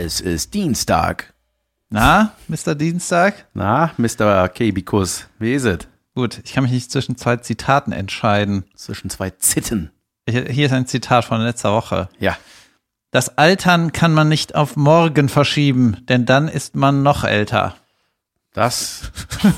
Es ist Dienstag. Na, Mr. Dienstag? Na, Mr. Kebikus, wie ist es? Gut, ich kann mich nicht zwischen zwei Zitaten entscheiden. Zwischen zwei Zitten. Hier ist ein Zitat von letzter Woche. Ja. Das Altern kann man nicht auf morgen verschieben, denn dann ist man noch älter. Das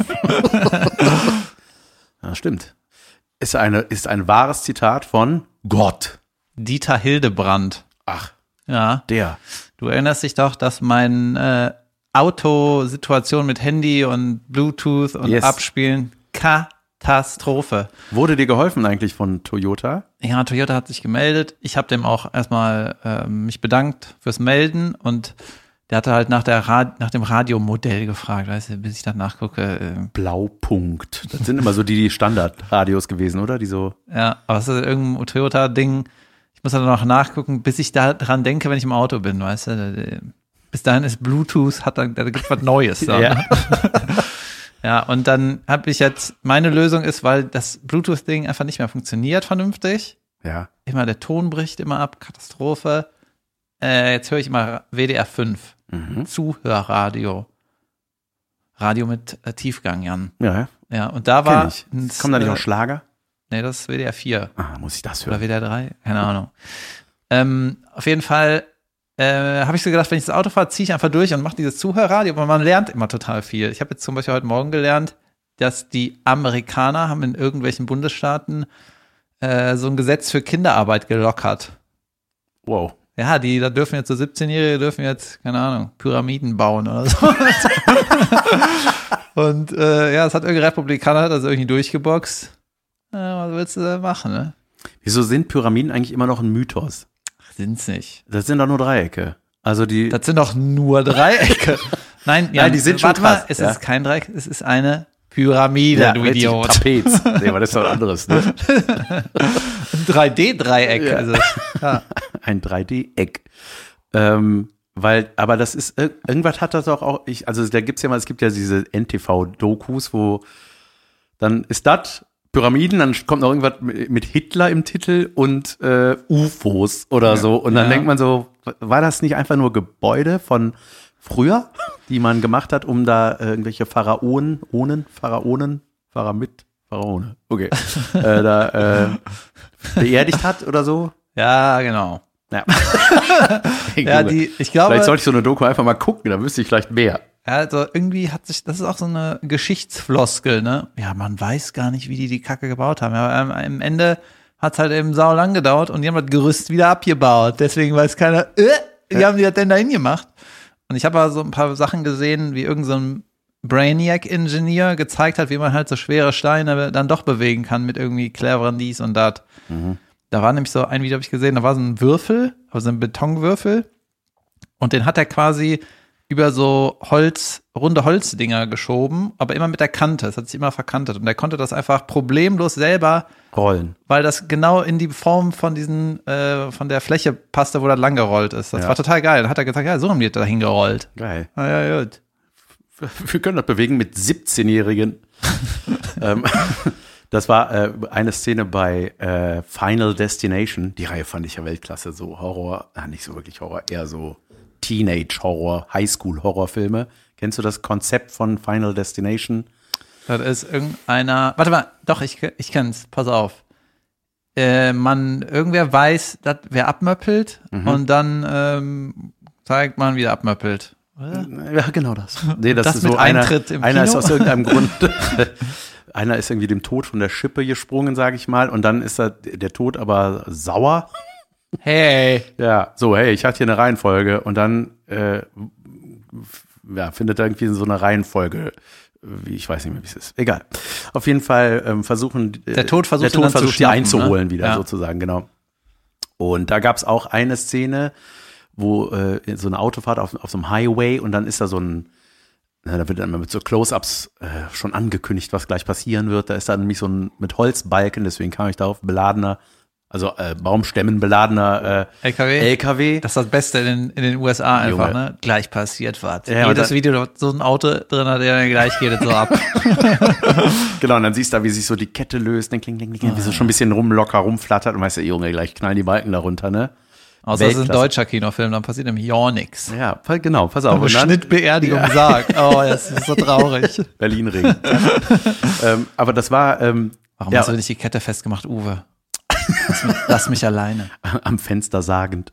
ja, stimmt. Ist ein wahres Zitat von Gott. Dieter Hildebrand. Ach, Ja. der. Du erinnerst dich doch, dass meine Autosituation mit Handy und Bluetooth und Yes. Abspielen Katastrophe. Wurde dir geholfen eigentlich von Toyota? Ja, Toyota hat sich gemeldet. Ich habe dem auch erstmal mich bedankt fürs Melden und der hatte halt nach dem Radiomodell gefragt, weißt du, bis ich dann nachgucke. Blaupunkt. Das sind immer so die Standardradios gewesen, oder? Die so. Ja, aber es ist irgendein Toyota-Ding. Ich muss dann noch nachgucken, bis ich da dran denke, wenn ich im Auto bin, weißt du. Bis dahin ist Bluetooth, da gibt's was Neues. Da, Ja. ne? Ja, und dann habe ich jetzt, meine Lösung ist, weil das Bluetooth-Ding einfach nicht mehr funktioniert vernünftig. Ja. Immer der Ton bricht immer ab, Katastrophe. Jetzt höre ich immer WDR 5. Zuhörradio. Radio mit Tiefgang, Jan. Ja, Ja, und da war. kenn ich. Kommt da nicht noch Schlager? Nee, das ist WDR 4. Ah, muss ich das Oder hören? WDR 3? Keine Ahnung. Auf jeden Fall habe ich so gedacht, wenn ich das Auto fahre, ziehe ich einfach durch und mache dieses Zuhörradio, aber man lernt immer total viel. Ich habe jetzt zum Beispiel heute Morgen gelernt, dass die Amerikaner haben in irgendwelchen Bundesstaaten so ein Gesetz für Kinderarbeit gelockert. Wow. Ja, da dürfen jetzt so 17-Jährige dürfen jetzt, keine Ahnung, Pyramiden bauen oder so. Und ja, es hat irgendein Republikaner hat das irgendwie durchgeboxt. Was willst du da machen, ne? Wieso sind Pyramiden eigentlich immer noch ein Mythos? Sind's nicht. Das sind doch nur Dreiecke. Also die. Das sind doch nur Dreiecke. Nein, ja, Nein, die sind schon warte mal, krass, es ja. ist kein Dreieck, es ist eine Pyramide, du richtig, Idiot. Trapez. Nee, aber das ist doch was anderes, ne? Ein 3D-Dreieck. Ja. Also, ja. Ein 3D-Eck. Aber das ist, irgendwas hat das auch, also es gibt ja diese NTV-Dokus, wo dann ist das Pyramiden, dann kommt noch irgendwas mit Hitler im Titel und UFOs oder so. Und dann denkt man so, war das nicht einfach nur Gebäude von früher, die man gemacht hat, um da irgendwelche Pharaone, okay, beerdigt hat oder so? Ja, genau. Ja. Ja, ich glaube, Vielleicht sollte ich so eine Doku einfach mal gucken, dann wüsste ich vielleicht mehr. ja, also irgendwie das ist auch so eine Geschichtsfloskel, ne? Ja, man weiß gar nicht, wie die Kacke gebaut haben. Ja, am Ende hat es halt eben saulang gedauert und die haben das Gerüst wieder abgebaut. Deswegen weiß keiner, wie haben die das denn da hingemacht? Und ich habe so ein paar Sachen gesehen, wie irgend so ein Brainiac-Ingenieur gezeigt hat, wie man halt so schwere Steine dann doch bewegen kann mit irgendwie cleveren dies und das. Da war nämlich so ein Video, habe ich gesehen, da war so ein Würfel, also ein Betonwürfel und den hat er quasi über so runde Holzdinger geschoben, aber immer mit der Kante, es hat sich immer verkantet und er konnte das einfach problemlos selber Rollen. weil das genau in die Form von von der Fläche passte, wo das lang gerollt ist. Das war total geil. Dann hat er gesagt, ja, so haben die da hingerollt. Geil. Ja, gut. Wir können das bewegen mit 17-Jährigen. Das war eine Szene bei Final Destination. Die Reihe fand ich ja Weltklasse. So Horror, nicht so wirklich Horror, eher so Teenage-Horror, Highschool-Horrorfilme. Kennst du das Konzept von Final Destination? Das ist irgendeiner, warte mal, doch, ich kenn's, pass auf. Irgendwer weiß, wer abmöppelt und dann zeigt man, wie er abmöppelt. Oder? Ja, genau das. Nee, das ist mit so Eintritt im einer ist Kino? aus irgendeinem Grund, einer ist irgendwie dem Tod von der Schippe gesprungen, sage ich mal, und dann ist der Tod aber sauer. Hey. Ja, so, hey, ich hatte hier eine Reihenfolge und dann findet er irgendwie so eine Reihenfolge, wie ich weiß nicht mehr, wie es ist. Egal. Auf jeden Fall versuchen Der Tod versucht ihn dann zu die schnappen, einzuholen ne? wieder, Ja. sozusagen, genau. Und da gab es auch eine Szene, wo so eine Autofahrt auf so einem Highway und dann ist da so ein, da wird dann mit so Close-Ups schon angekündigt, was gleich passieren wird. Da ist dann nämlich so ein mit Holzbalken, deswegen kam ich darauf, Baumstämmen beladener LKW. Das ist das Beste in den USA einfach, Junge. ne? Gleich passiert was. Ja, Jedes und Video hat so ein Auto drin, der gleich geht es so ab. Genau, und dann siehst du da, wie sich so die Kette löst, dann kling, wie so schon ein bisschen locker rumflattert und weißt du, Junge, gleich knallen die Balken da runter, ne? Außer es ist ein Weltklasse. deutscher Kinofilm, dann passiert nämlich ja nichts. Ja, genau, pass auf. Und dann- Schnittbeerdigung sagt. Oh, das ist so traurig. Berlin-Ring. Aber das war Warum hast du nicht die Kette festgemacht, Uwe? Lass mich alleine. am Fenster sagend.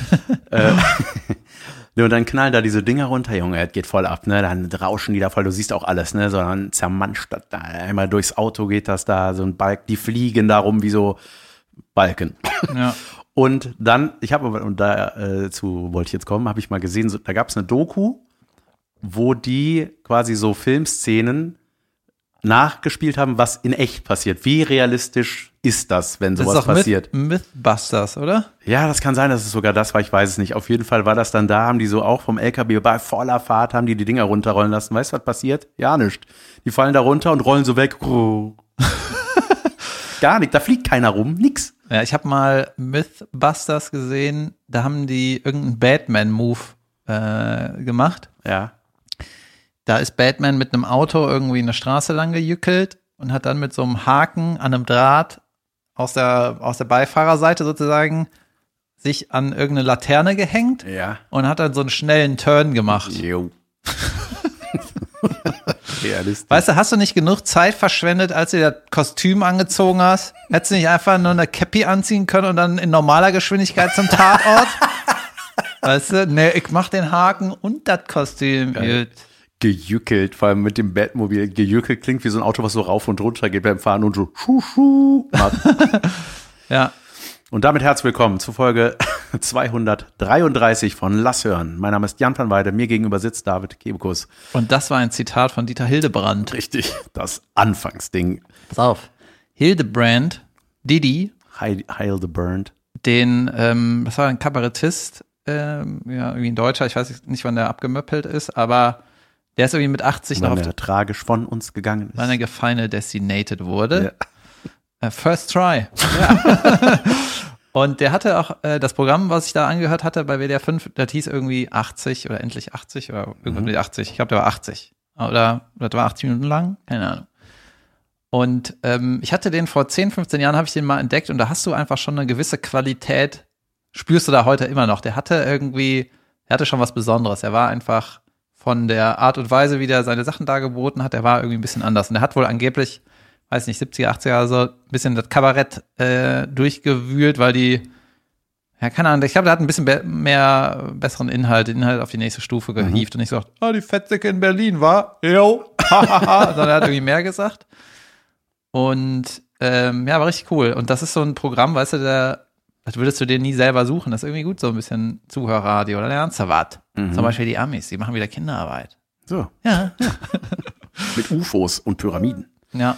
Und dann knallen da diese Dinger runter, Junge, es geht voll ab, ne? Dann rauschen die da voll, du siehst auch alles, ne? So dann zermanscht das da, einmal durchs Auto geht das da, so ein Balken, die fliegen da rum wie so Balken. Ja. Und dann, ich habe aber, und dazu wollte ich jetzt kommen, habe ich mal gesehen, so, da gab es eine Doku, wo die quasi so Filmszenen nachgespielt haben, was in echt passiert. Wie realistisch ist das, wenn Das sowas ist doch passiert? Mythbusters, oder? Ja, das kann sein, dass es sogar das war, ich weiß es nicht. Auf jeden Fall war das dann da, haben die so auch vom LKW bei voller Fahrt, haben die Dinger runterrollen lassen. Weißt du, was passiert? Ja, nichts. Die fallen da runter und rollen so weg. Gar nicht, da fliegt keiner rum, nix. Ja, ich habe mal Mythbusters gesehen, da haben die irgendeinen Batman-Move gemacht. Ja. Da ist Batman mit einem Auto irgendwie eine Straße lang gejückelt und hat dann mit so einem Haken an einem Draht aus der Beifahrerseite sozusagen sich an irgendeine Laterne gehängt Ja. und hat dann so einen schnellen Turn gemacht. Jo. Realistisch. Weißt du, hast du nicht genug Zeit verschwendet, als du das Kostüm angezogen hast? Hättest du nicht einfach nur eine Cappy anziehen können und dann in normaler Geschwindigkeit zum Tatort? Weißt du, nee, ich mach den Haken und das Kostüm. Geil. Gejückelt, vor allem mit dem Batmobil. Gejückelt klingt wie so ein Auto, was so rauf und runter geht beim Fahren und so schu macht. Ja, Und damit herzlich willkommen zu Folge 233 von Lass hören. Mein Name ist Jan van Weide, mir gegenüber sitzt David Kebekus. und das war ein Zitat von Dieter Hildebrand. Richtig, das Anfangsding. Pass auf. Hildebrand, Didi, Heil the Burned. das war ein Kabarettist, ja, irgendwie ein Deutscher, ich weiß nicht, wann der abgemöppelt ist, aber der ist irgendwie mit 80 noch Wann auf er tragisch von uns gegangen ist. wann er Final Destinated wurde. First Try. Und der hatte auch das Programm, was ich da angehört hatte bei WDR 5, das hieß irgendwie 80 oder endlich 80 oder irgendwann mit 80. Ich glaube, der war 80. Oder das war 80 Minuten lang, keine Ahnung. Und ich hatte den vor 10, 15 Jahren, habe ich den mal entdeckt und da hast du einfach schon eine gewisse Qualität, spürst du da heute immer noch. Der hatte schon was Besonderes. Er war einfach von der Art und Weise, wie der seine Sachen dargeboten hat, der war irgendwie ein bisschen anders. Und er hat wohl angeblich, weiß nicht, 70er, 80er, so ein bisschen das Kabarett durchgewühlt, weil die, ja, keine Ahnung, ich glaube, der hat ein bisschen mehr besseren Inhalt auf die nächste Stufe gehievt und nicht gesagt, die Fettsäcke in Berlin, war? Jo, sondern er hat irgendwie mehr gesagt. Und ja, war richtig cool. Und das ist so ein Programm, weißt du, das würdest du dir nie selber suchen. Das ist irgendwie gut, so ein bisschen Zuhörradio, oder lernst du was? Zum Beispiel die Amis, die machen wieder Kinderarbeit. So, Ja. mit UFOs und Pyramiden. Ja.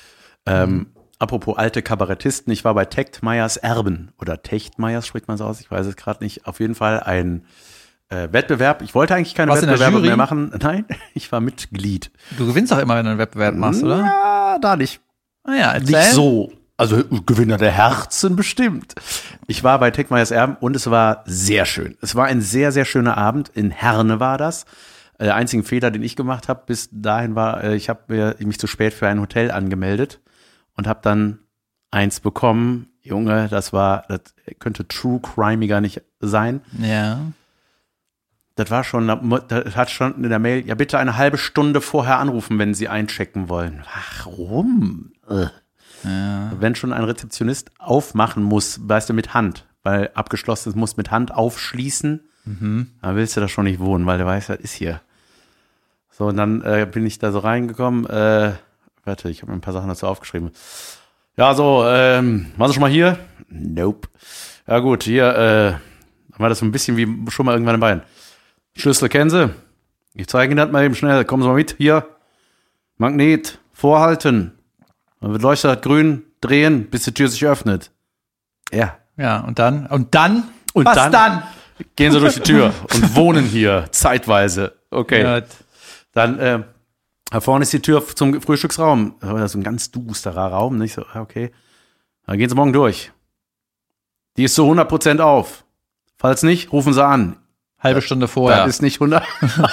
Apropos alte Kabarettisten, ich war bei Techtmeyers Erben oder Techtmeyers spricht man so aus, ich weiß es gerade nicht. Auf jeden Fall ein Wettbewerb. Ich wollte eigentlich keine Warst du in der Wettbewerbe Jury? mehr machen. Nein, ich war Mitglied. Du gewinnst doch immer, wenn du einen Wettbewerb machst, oder? Ja, da nicht. Ah ja, erzähl. Nicht so. Also Gewinner der Herzen bestimmt. Ich war bei Techtmeyers Erben und es war sehr schön. Es war ein sehr, sehr schöner Abend. In Herne war das. Der einzige Fehler, den ich gemacht habe, bis dahin war, ich habe mich zu spät für ein Hotel angemeldet und habe dann eins bekommen. Junge, das könnte True Crimeiger nicht sein. Ja. Das hat schon in der Mail, ja bitte eine halbe Stunde vorher anrufen, wenn Sie einchecken wollen. Warum? Ja. Wenn schon ein Rezeptionist aufmachen muss, weißt du, mit Hand, weil abgeschlossen ist, muss mit Hand aufschließen, dann willst du da schon nicht wohnen, weil du weißt, das ist hier. So, und dann bin ich da so reingekommen, warte, ich habe mir ein paar Sachen dazu aufgeschrieben. Ja, so, waren Sie schon mal hier? Nope. Ja gut, hier war das so ein bisschen wie schon mal irgendwann in Bayern. Schlüssel kennen Sie? Ich zeige Ihnen das mal eben schnell. Kommen Sie mal mit, hier. Magnet, vorhalten. Dann wird Leuchter grün, drehen, bis die Tür sich öffnet. Ja. Ja, und dann? Und Was dann? Gehen Sie durch die Tür und wohnen hier, zeitweise. Okay. Ja, Dann, da vorne ist die Tür zum Frühstücksraum. Das ist so ein ganz dusterer Raum. Nicht so, okay. Dann gehen Sie morgen durch. Die ist zu 100% auf. Falls nicht, rufen Sie an. halbe Stunde vorher. Das ist nicht 100.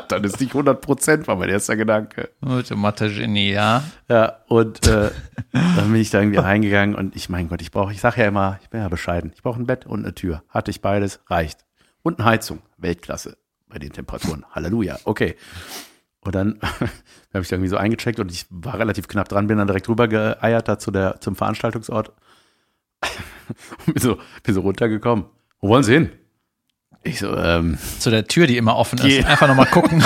Dann ist nicht 100%, war mein erster Gedanke. Gute Mathe-Genie, ja. Ja, und dann bin ich da irgendwie reingegangen und mein Gott, ich sage ja immer, ich bin ja bescheiden. Ich brauche ein Bett und eine Tür. Hatte ich beides, reicht. Und eine Heizung, Weltklasse bei den Temperaturen. Halleluja, okay. Und dann habe ich da irgendwie so eingecheckt und ich war relativ knapp dran, bin dann direkt rüber geeiert da zum Veranstaltungsort. Und bin so runtergekommen. Wo wollen Sie hin? Ich so, zu der Tür, die immer offen ist. Einfach nochmal gucken.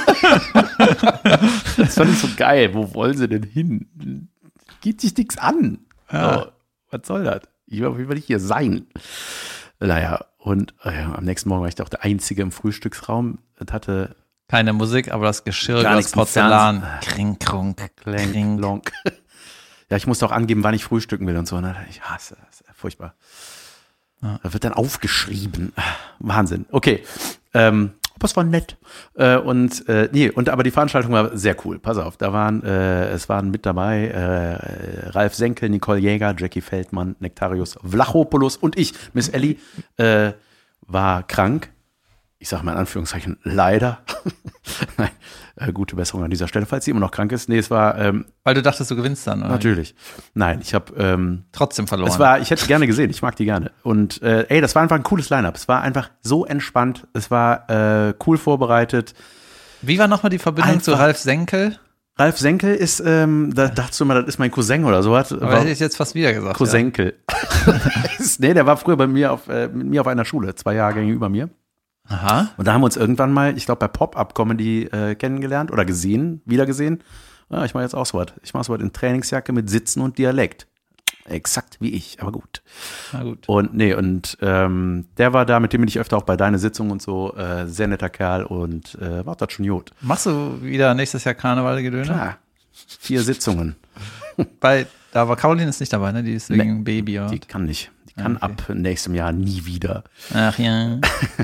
Das fand ich so geil. Wo wollen Sie denn hin? Geht sich nichts an. Ja. So, was soll das? Ich will nicht hier sein. Naja, und am nächsten Morgen war ich da auch der Einzige im Frühstücksraum. Das hatte keine Musik, aber das Geschirr, gar das Porzellan. Kring, krunk, kling, klonk. Ja, ich musste auch angeben, wann ich frühstücken will und so. Ne? Ich hasse das. Furchtbar. Ja. Da wird dann aufgeschrieben. Wahnsinn. Okay. Aber es war nett. Aber die Veranstaltung war sehr cool. Pass auf, es waren mit dabei Ralf Senkel, Nicole Jäger, Jackie Feldmann, Nektarius Vlachopoulos und ich. Miss Ellie war krank. Ich sage mal in Anführungszeichen leider. Nein, gute Besserung an dieser Stelle, falls sie immer noch krank ist. Nee, es war weil du dachtest, du gewinnst dann, oder? Natürlich. Nein, ich habe trotzdem verloren. Ich hätte gerne gesehen, ich mag die gerne. Und das war einfach ein cooles Line-Up. Es war einfach so entspannt, es war cool vorbereitet. Wie war nochmal die Verbindung zu Ralf Senkel? Ralf Senkel ist, da dachtest du immer, das ist mein Cousin oder sowas. Aber hätte ich jetzt fast wieder gesagt. Cousenkel. Ja. Nee, der war früher mit mir auf einer Schule, 2 Jahrgänge über mir. Aha. Und da haben wir uns irgendwann mal, ich glaube bei Pop-Up-Comedy kennengelernt oder wiedergesehen. Ja, ich mache jetzt auch so was. Ich mache so was in Trainingsjacke mit Sitzen und Dialekt. Exakt wie ich, aber gut. Na gut. Und der war da, mit dem bin ich öfter auch bei deiner Sitzung und so. Sehr netter Kerl und war das schon gut. Machst du wieder nächstes Jahr Karneval-Gedöne? Klar, 4 Sitzungen. Da war Caroline ist nicht dabei, ne? Die ist wegen Baby. Oder? Die kann nicht. Die kann ab nächstem Jahr nie wieder. Ach ja.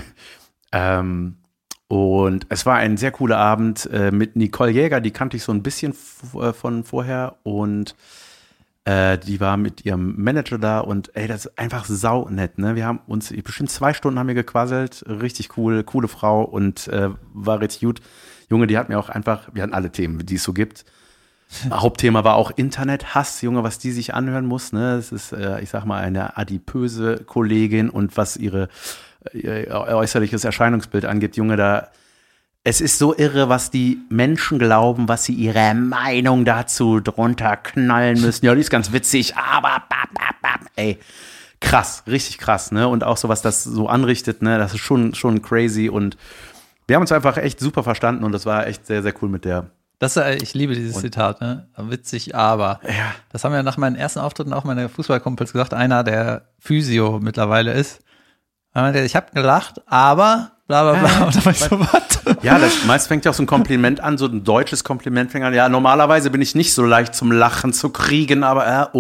Und es war ein sehr cooler Abend mit Nicole Jäger, die kannte ich so ein bisschen von vorher und die war mit ihrem Manager da und das ist einfach saunett, ne? Wir haben uns bestimmt 2 Stunden haben wir gequasselt, richtig cool, coole Frau und war richtig gut. Junge, die hat mir auch einfach, wir hatten alle Themen, die es so gibt. Hauptthema war auch Internethass, Junge, was die sich anhören muss, ne? Das ist, ich sag mal, eine adipöse Kollegin und was ihr äußerliches Erscheinungsbild angeht, Junge, es ist so irre, was die Menschen glauben, was sie ihre Meinung dazu drunter knallen müssen. Ja, die ist ganz witzig, aber ey, krass, richtig krass, ne? Und auch so, was das so anrichtet, ne? Das ist schon crazy und wir haben uns einfach echt super verstanden und das war echt sehr, sehr cool mit der. Ich liebe dieses Zitat, ne? Witzig, aber. Ja. Das haben ja nach meinen ersten Auftritten auch meine Fußballkumpels gesagt, einer, der Physio mittlerweile ist. Ich habe gelacht, aber bla bla bla. Und dann war ich so, was? Ja, meist fängt ja auch so ein Kompliment an, so ein deutsches Kompliment fängt an. Ja, normalerweise bin ich nicht so leicht zum Lachen zu kriegen, aber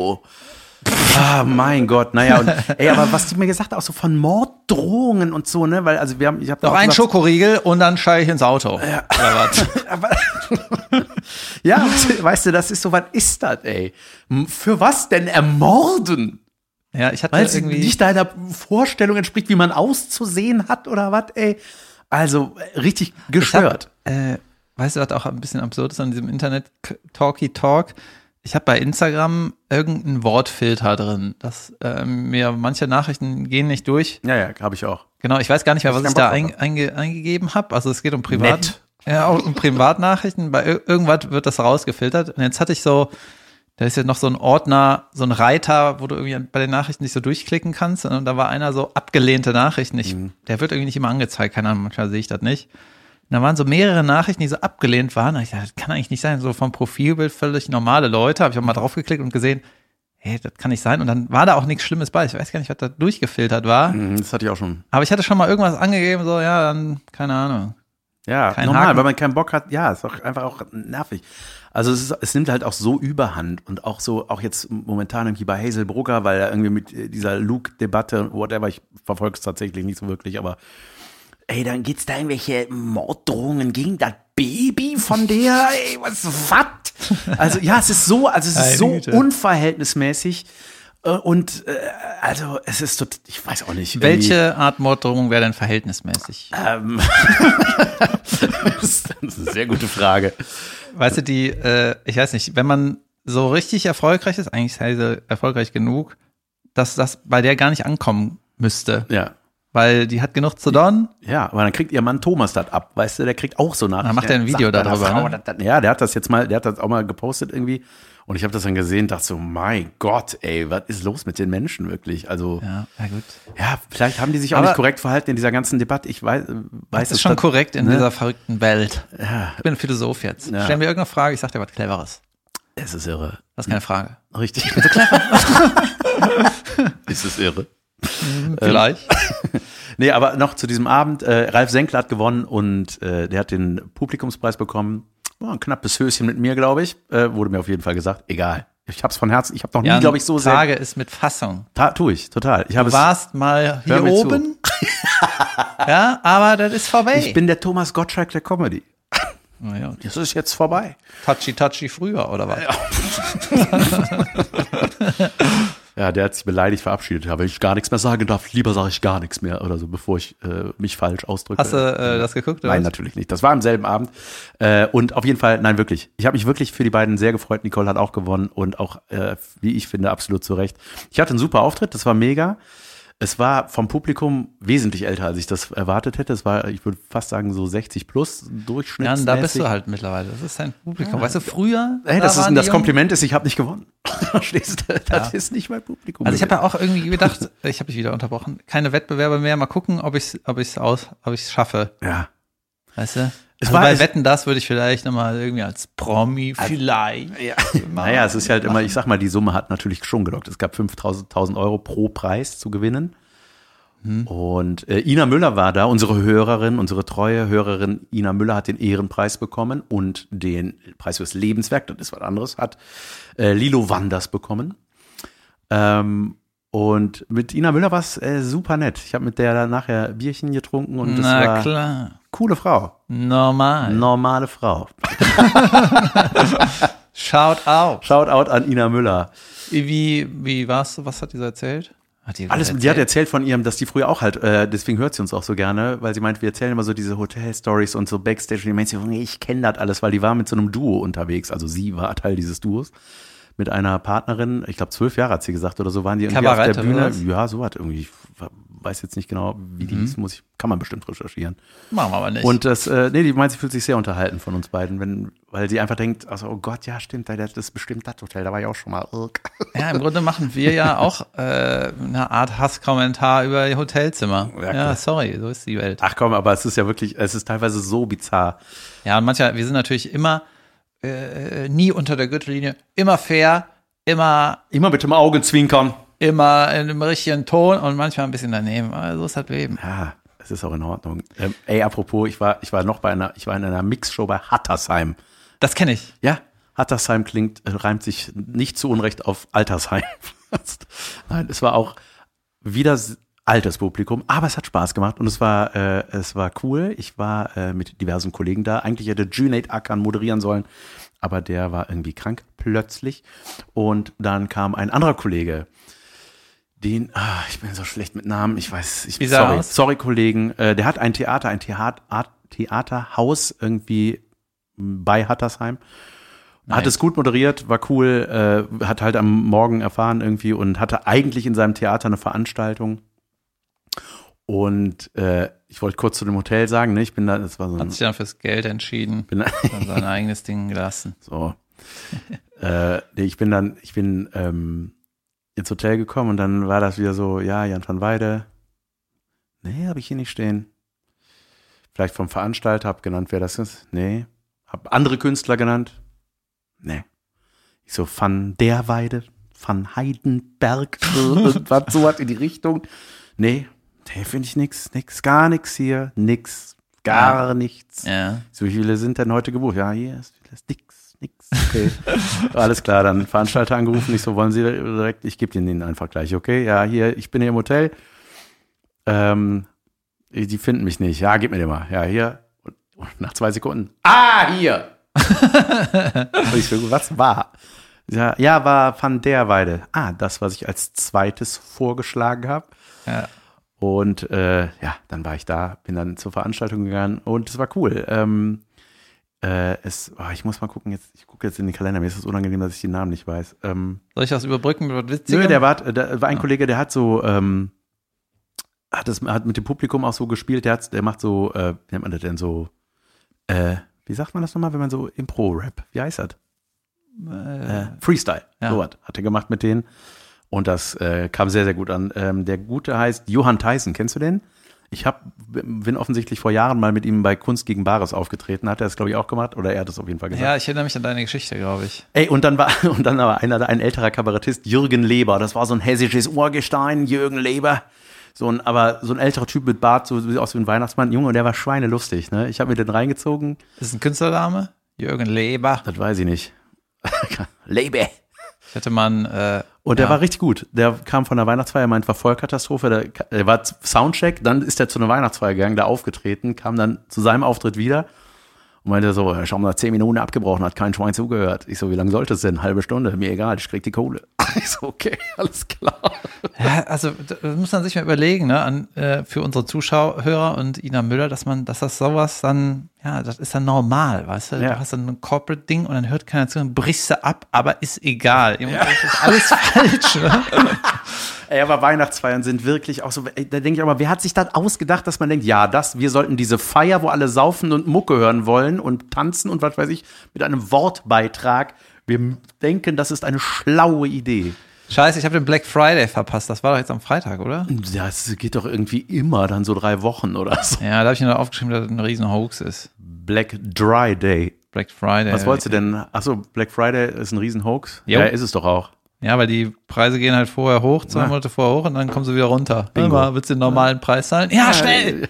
mein Gott, naja, und aber was die mir gesagt hat, auch so von Morddrohungen und so, ne, weil, also ich habe noch einen Schokoriegel und dann steige ich ins Auto. Ja. Oder was? Aber, ja, weißt du, das ist so, was ist das, ey? Für was denn ermorden? Ja, ich hatte weil es nicht deiner Vorstellung entspricht, wie man auszusehen hat oder was, ey. Also, richtig gestört. Weißt du, was auch ein bisschen absurd ist an diesem Internet-Talky-Talk? Ich habe bei Instagram irgendeinen Wortfilter drin, dass mir manche Nachrichten gehen nicht durch. Ja, habe ich auch. Genau, ich weiß gar nicht mehr, was ich da eingegeben habe. Also es geht um um Privatnachrichten. Bei irgendwas wird das rausgefiltert. Und jetzt hatte ich da ist ja noch so ein Ordner, so ein Reiter, wo du irgendwie bei den Nachrichten nicht so durchklicken kannst. Und da war einer so abgelehnte Nachrichten. Der wird irgendwie nicht immer angezeigt. Keine Ahnung, manchmal sehe ich das nicht. Und da waren so mehrere Nachrichten, die so abgelehnt waren. Und ich dachte, das kann eigentlich nicht sein. So vom Profilbild völlig normale Leute. Habe ich auch mal draufgeklickt und gesehen, hey, das kann nicht sein. Und dann war da auch nichts Schlimmes bei. Ich weiß gar nicht, was da durchgefiltert war. Das hatte ich auch schon. Aber ich hatte schon mal irgendwas angegeben, so, ja, dann, keine Ahnung. Ja, normal, Haken. Weil man keinen Bock hat. Ja, ist auch einfach auch nervig. Also es nimmt halt auch so Überhand und auch jetzt momentan irgendwie bei Hazel Brugger, weil er irgendwie mit dieser Luke-Debatte, whatever, ich verfolge es tatsächlich nicht so wirklich, aber ey, dann geht's da irgendwelche Morddrohungen gegen das Baby von der, ey, was? Also ja, es ist so unverhältnismäßig Also es ist so, ich weiß auch nicht. Welche Art Morddrohung wäre denn verhältnismäßig? Das ist eine sehr gute Frage. Weißt du, ich weiß nicht, wenn man so richtig erfolgreich ist, eigentlich ist sie erfolgreich genug, dass das bei der gar nicht ankommen müsste. Ja. Weil die hat genug zu tun. Ja, aber dann kriegt ihr Mann Thomas das ab, weißt du, der kriegt auch so nach. Dann macht er ein Video darüber, ne? Ja, der hat das auch mal gepostet irgendwie. Und ich habe das dann gesehen, dachte so, mein Gott, ey, was ist los mit den Menschen wirklich? Also, ja gut. Ja, vielleicht haben die sich auch nicht korrekt verhalten in dieser ganzen Debatte. Ich weiß das ist schon korrekt in dieser verrückten Welt. Ja. Ich bin ein Philosoph jetzt. Ja. Stell mir irgendeine Frage, ich sag dir was Cleveres. Es ist irre. Das ist keine Frage. Richtig. So clever. Ist es irre. Vielleicht. Nee, aber noch zu diesem Abend. Ralf Senkler hat gewonnen und der hat den Publikumspreis bekommen. Ein knappes Höschen mit mir, glaube ich. Wurde mir auf jeden Fall gesagt. Egal. Ich hab's von Herzen. Ich habe noch nie, glaube ich, so sehr. Frage ist mit Fassung. Tue ich, total. Du warst mal hier oben. Ja, aber das ist vorbei. Ich bin der Thomas Gottschalk der Comedy. Ja, das ist jetzt vorbei. Touchy früher, oder was? Ja, der hat sich beleidigt verabschiedet. Ja, wenn ich gar nichts mehr sagen darf, lieber sage ich gar nichts mehr oder so, bevor ich mich falsch ausdrücke. Hast du das geguckt? Oder Nein, natürlich nicht. Das war am selben Abend. Und auf jeden Fall, nein, wirklich. Ich habe mich wirklich für die beiden sehr gefreut. Nicole hat auch gewonnen und auch, wie ich finde, absolut zu Recht. Ich hatte einen super Auftritt, das war mega. Es war vom Publikum wesentlich älter, als ich das erwartet hätte. Es war, ich würde fast sagen, so 60 plus durchschnittsmäßig. Ja, da bist du halt mittlerweile. Das ist dein Publikum. Weißt du, früher. Hey, das Kompliment ist, ich habe nicht gewonnen. Verstehst du? Das ist nicht mein Publikum. Also ich habe ja auch irgendwie gedacht, ich habe dich wieder unterbrochen, keine Wettbewerbe mehr. Mal gucken, ob ich es schaffe. Ja. Weißt du? Also bei Wetten, das würde ich vielleicht nochmal irgendwie als Promi vielleicht. Ja. Naja, es ist halt immer, ich sag mal, die Summe hat natürlich schon gelockt. Es gab 5.000 Euro pro Preis zu gewinnen. Und Ina Müller war da, unsere treue Hörerin Ina Müller hat den Ehrenpreis bekommen und den Preis fürs Lebenswerk, das ist was anderes, hat Lilo Wanders bekommen. Und mit Ina Müller war es super nett. Ich habe mit der dann nachher Bierchen getrunken und das war klar. Coole Frau. Normale Frau. Shout out an Ina Müller. Wie war's? Was hat die so erzählt? Die hat erzählt von ihrem, dass die früher auch halt, deswegen hört sie uns auch so gerne, weil sie meint, wir erzählen immer so diese Hotel-Stories und so Backstage und die meint sie, ich kenne das alles, weil die war mit so einem Duo unterwegs, also sie war Teil dieses Duos. Mit einer Partnerin, ich glaube 12 Jahre hat sie gesagt oder so, waren die irgendwie Kabarett, auf der Bühne. Oder? Ja, so was irgendwie. Ich weiß jetzt nicht genau, wie die hieß, kann man bestimmt recherchieren. Machen wir aber nicht. Und die meint, sie fühlt sich sehr unterhalten von uns beiden, weil sie einfach denkt, also, oh Gott, ja, stimmt, das ist bestimmt das Hotel, da war ich auch schon mal. Ja, im Grunde machen wir ja auch eine Art Hasskommentar über die Hotelzimmer. Ja, sorry, so ist die Welt. Ach komm, aber es ist ja wirklich, es ist teilweise so bizarr. Ja, und wir sind natürlich immer nie unter der Gürtellinie, immer fair, immer mit dem Augenzwinkern. Immer in einem richtigen Ton und manchmal ein bisschen daneben. Aber so ist das Leben. Ja, es ist auch in Ordnung. Apropos, ich war in einer Mixshow bei Hattersheim. Das kenne ich. Ja, Hattersheim reimt sich nicht zu Unrecht auf Altersheim. Nein, es war auch wieder altes Publikum, aber es hat Spaß gemacht und es war cool. Ich war mit diversen Kollegen da. Eigentlich hätte Junaid Akan moderieren sollen, aber der war irgendwie krank plötzlich. Und dann kam ein anderer Kollege, ich bin so schlecht mit Namen, sorry Kollegen, der hat ein Theaterhaus irgendwie bei Hattersheim. Nice. Hat es gut moderiert, war cool, hat halt am Morgen erfahren irgendwie und hatte eigentlich in seinem Theater eine Veranstaltung. Und ich wollte kurz zu dem Hotel sagen, ne, hat sich dann fürs Geld entschieden, dann sein eigenes Ding gelassen. So. Ich bin ins Hotel gekommen und dann war das wieder so, ja, Jan van Weide. Nee, habe ich hier nicht stehen. Vielleicht vom Veranstalter, hab genannt, wer das ist. Nee. Hab andere Künstler genannt. Nee. Ich so, Van der Weide, Van Heidenberg, irgendwas, so was in die Richtung. Nee, finde ich nix, gar nichts hier, gar nichts. Ja. So, wie viele sind denn heute gebucht? Ja, hier ist nix. Okay. Alles klar, dann Veranstalter angerufen. Ich so, wollen Sie direkt, ich gebe Ihnen einfach gleich, okay? Ja, hier, ich bin hier im Hotel. Die finden mich nicht. Ja, gib mir den mal. Ja, hier. Und nach 2 Sekunden. Hier! Und ich so, was war? Ja, war Van der Weide. Das, was ich als zweites vorgeschlagen habe. Ja. Und dann war ich da, bin dann zur Veranstaltung gegangen und es war cool. Ich muss mal gucken, ich gucke jetzt in den Kalender, mir ist es unangenehm, dass ich den Namen nicht weiß. Soll ich das überbrücken mit was Witzigem? Nö, da war ein Kollege, der hat so, hat mit dem Publikum auch so gespielt, der macht so, wie nennt man das denn so, wie sagt man das nochmal, wenn man so Impro-Rap, wie heißt das? Freestyle, so was hat er gemacht mit denen und das kam sehr, sehr gut an. Der Gute heißt Johann Theissen, kennst du den? Ich bin offensichtlich vor Jahren mal mit ihm bei Kunst gegen Bares aufgetreten. Hat er das, glaube ich, auch gemacht? Oder er hat es auf jeden Fall gesagt? Ja, ich erinnere mich an deine Geschichte, glaube ich. Und dann aber ein älterer Kabarettist, Jürgen Leber. Das war so ein hessisches Urgestein, Jürgen Leber. So ein älterer Typ mit Bart, so aus wie ein Weihnachtsmann. Junge, und der war schweinelustig, ne? Ich habe mir den reingezogen. Ist es ein Künstlername? Jürgen Leber? Das weiß ich nicht. Leber. Ich hätte man und der war richtig gut. Der kam von der Weihnachtsfeier, meint, war Vollkatastrophe. Der war Soundcheck, dann ist er zu einer Weihnachtsfeier gegangen, da aufgetreten, kam dann zu seinem Auftritt wieder und meinte so, schau mal, 10 Minuten abgebrochen, hat kein Schwein zugehört. Ich so, wie lange sollte es denn? Eine halbe Stunde? Mir egal, ich krieg die Kohle. Ich so, okay, alles klar. Ja, also das muss man sich mal überlegen, ne, für unsere Zuschauer und Ina Müller, dass das sowas dann, ja, das ist dann normal, weißt du? Ja. Du hast dann ein Corporate-Ding und dann hört keiner zu, dann brichst du ab, aber ist egal. Das ist alles falsch, ne? Aber Weihnachtsfeiern sind wirklich auch so, da denke ich aber, wer hat sich das ausgedacht, dass man denkt, wir sollten diese Feier, wo alle saufen und Mucke hören wollen und tanzen und was weiß ich, mit einem Wortbeitrag, wir denken, das ist eine schlaue Idee. Scheiße, ich habe den Black Friday verpasst. Das war doch jetzt am Freitag, oder? Ja, es geht doch irgendwie immer dann so 3 Wochen oder so. Ja, da habe ich nur aufgeschrieben, dass das ein riesen Hoax ist. Black Dry Day. Black Friday. Was wolltest du denn? Achso, Black Friday ist ein riesen Hoax? Jo. Ja, ist es doch auch. Ja, weil die Preise gehen halt vorher hoch, 2 Monate vorher hoch und dann kommen sie wieder runter. Immer, willst du den normalen Preis zahlen? Ja, schnell!